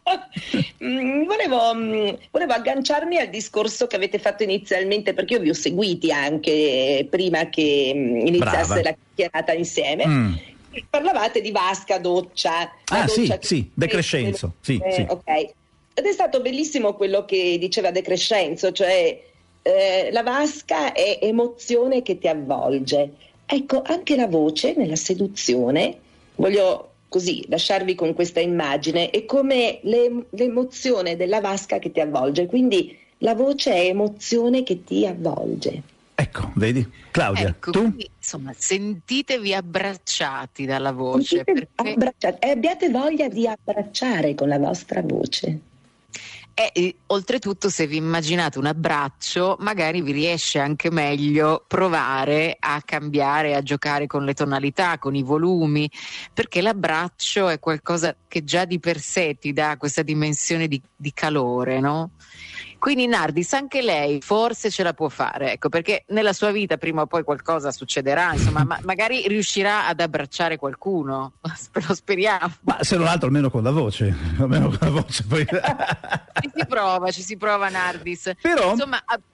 Mm, volevo, mm, volevo agganciarmi al discorso che avete fatto inizialmente, perché io vi ho seguiti anche prima che mm, iniziasse Brava. la chiacchierata insieme. Mm. Parlavate di vasca, doccia. Ah doccia sì, che- sì, De Crescenzo. Sì, eh, sì. ok. Ed è stato bellissimo quello che diceva De Crescenzo, cioè eh, la vasca è emozione che ti avvolge. Ecco, anche la voce nella seduzione, voglio così lasciarvi con questa immagine, è come le, l'emozione della vasca che ti avvolge, quindi la voce è emozione che ti avvolge. Ecco, vedi? Claudia, Ecco, tu? quindi, insomma, sentitevi abbracciati dalla voce. Sentite Perché... abbracciate, e abbiate voglia di abbracciare con la vostra voce. E, e, oltretutto, se vi immaginate un abbraccio, magari vi riesce anche meglio provare a cambiare, a giocare con le tonalità, con i volumi, perché l'abbraccio è qualcosa che già di per sé ti dà questa dimensione di, di calore, no? Quindi Nardis, anche lei forse ce la può fare, ecco, perché nella sua vita prima o poi qualcosa succederà, insomma, ma magari riuscirà ad abbracciare qualcuno, lo speriamo. Ma se non altro almeno con la voce, almeno con la voce. Poi... Ci si prova, ci si prova Nardis. Però, insomma, a...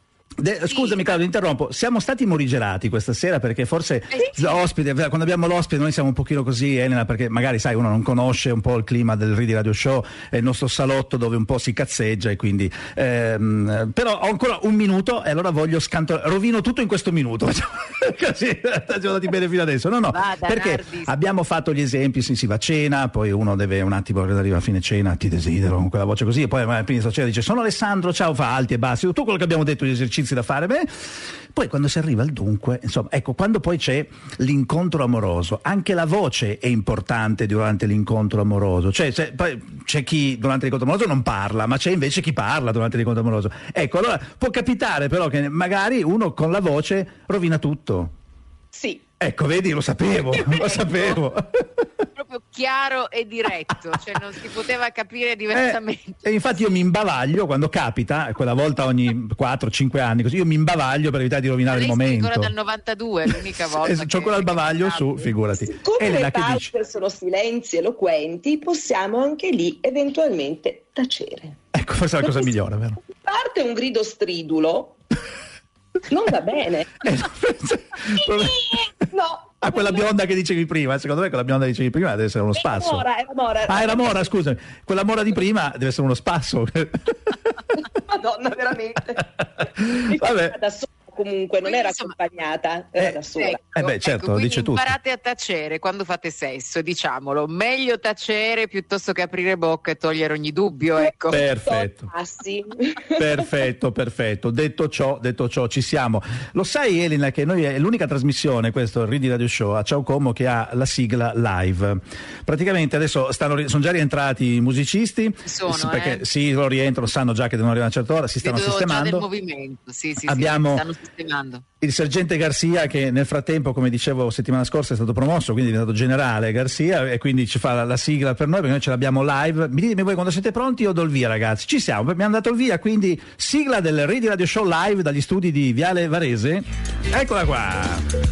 De- scusami Claudio, interrompo. Siamo stati morigerati questa sera perché forse Eh, sì. l'ospite, quando abbiamo l'ospite noi siamo un pochino così, Elena, perché magari sai uno non conosce un po' il clima del Ridi Radio Show, è il nostro salotto dove un po' si cazzeggia e quindi ehm, però ho ancora un minuto e allora voglio scantolare, rovino tutto in questo minuto. Così siamo andati bene fino adesso. No, no, Vada, perché Nardis. abbiamo fatto gli esempi, si, si va a cena, poi uno deve un attimo arriva a fine cena, ti desidero, con quella voce così, e poi alla fine di cena dice sono Alessandro, ciao, fa alti e bassi, tutto quello che abbiamo detto, gli esercizi da fare, beh. Poi quando si arriva al dunque, insomma, ecco, quando poi c'è l'incontro amoroso, anche la voce è importante durante l'incontro amoroso, cioè c'è, poi c'è chi durante l'incontro amoroso non parla, ma c'è invece chi parla durante l'incontro amoroso. Ecco, allora può capitare però che magari uno con la voce rovina tutto. Sì. Ecco, vedi, lo sapevo, lo sapevo. Proprio chiaro e diretto, cioè non si poteva capire diversamente. Eh, e infatti io mi imbavaglio quando capita, quella volta ogni quattro cinque anni, così io mi imbavaglio per evitare di rovinare Lei il sei momento. ancora dal novantadue, è l'unica volta. Eh, che- c'ho ancora il bavaglio su, figurati. Siccome Elena, le che dici? pause sono silenzi eloquenti, possiamo anche lì eventualmente tacere. Ecco, forse è la cosa Perché migliore, vero? se parte un grido stridulo, non va bene. Eh, no, No. Ah, quella bionda che dicevi prima, secondo me quella bionda che dicevi prima deve essere uno spasso. Era Mora, era Mora. Ah, era Mora, scusami. Quella Mora di prima deve essere uno spasso. Madonna, veramente. Vabbè. Da sola comunque, non Quindi, era insomma, accompagnata, era eh, da sola. Ecco, Eh beh, certo, ecco, quindi dice tutto. imparate a tacere quando fate sesso, diciamolo, meglio tacere piuttosto che aprire bocca e togliere ogni dubbio, ecco. Perfetto. Passi. Perfetto, perfetto. Detto ciò, detto ciò, ci siamo. Lo sai, Elena, che noi è l'unica trasmissione, questo il Ridi Radio Show a Ciao Como, che ha la sigla live. Praticamente adesso stanno, sono già rientrati i musicisti. Sono, s- perché eh. sì, loro rientrano, sanno già che devono arrivare a una certa ora, si stanno Vedo già del sistemando. movimento, sì, sì, Abbiamo- sì, stanno sistemando. Il sergente Garcia, che nel frattempo, come dicevo settimana scorsa, è stato promosso, quindi è diventato generale Garcia, e quindi ci fa la, la sigla per noi, perché noi ce l'abbiamo live. Mi ditemi voi quando siete pronti, io do il via, ragazzi. Ci siamo, abbiamo dato il via, quindi sigla del Ridi Radio Show live dagli studi di Viale Varese. Eccola qua.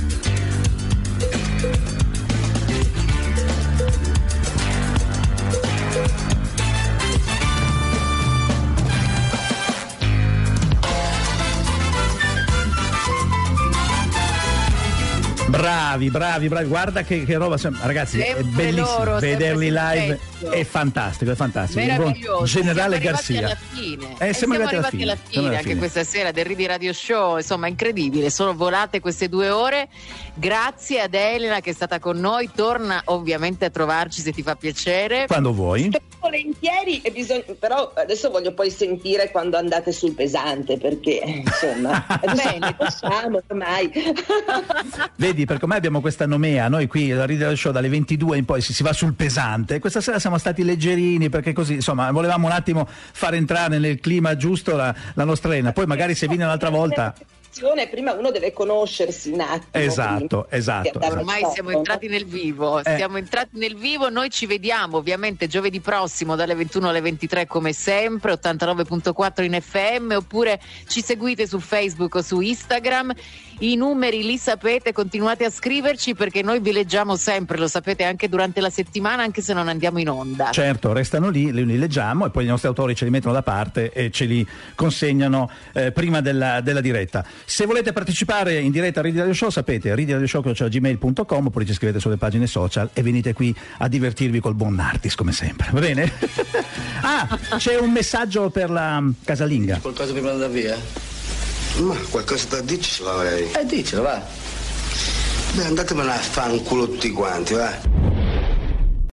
Bravi, bravi, bravi, guarda che, che roba, sem- ragazzi, è Sempre bellissimo, loro, sempre vederli sul live pezzo. è fantastico, è fantastico. Il buon Meraviglioso. generale siamo Garcia. arrivati alla fine. Eh, E siamo arrivati alla arrivati fine. alla Siamo fine alla anche fine. questa sera del Ridi Radio Show, insomma incredibile, sono volate queste due ore. Grazie ad Elena che è stata con noi, torna ovviamente a trovarci se ti fa piacere. Quando vuoi. Volentieri, e bisogna, però adesso voglio poi sentire quando andate sul pesante, perché insomma Bene. facciamo ormai. Vedi, perché ormai abbiamo questa nomea, noi qui al Ridi Radio Show dalle ventidue in poi si, si va sul pesante. Questa sera siamo stati leggerini perché così, insomma, volevamo un attimo far entrare nel clima giusto la, la nostra Elena. Poi magari se viene un'altra volta. Prima uno deve conoscersi un attimo. Esatto, prima. esatto, Perché Ormai andare siamo sotto, entrati nel vivo, Eh. siamo entrati nel vivo, noi ci vediamo ovviamente giovedì prossimo dalle ventuno alle ventitré come sempre, ottantanove virgola quattro in F M, oppure ci seguite su Facebook o su Instagram, i numeri li sapete, continuate a scriverci perché noi vi leggiamo sempre, lo sapete anche durante la settimana, anche se non andiamo in onda. Certo, restano lì, li, li leggiamo e poi i nostri autori ce li mettono da parte e ce li consegnano eh, prima della, della diretta. Se volete partecipare in diretta a Ridi Radio Show, sapete, ridiradioshow chiocciola gmail punto com, oppure ci scrivete sulle pagine social e venite qui a divertirvi col buon Nardis come sempre, va bene? Ah, c'è un messaggio per la casalinga. Qualcosa prima di andare via? Ma qualcosa da dirci ce l'avrei. Eh, dicelo, va. Beh, andatemene a fare un culo tutti quanti, va.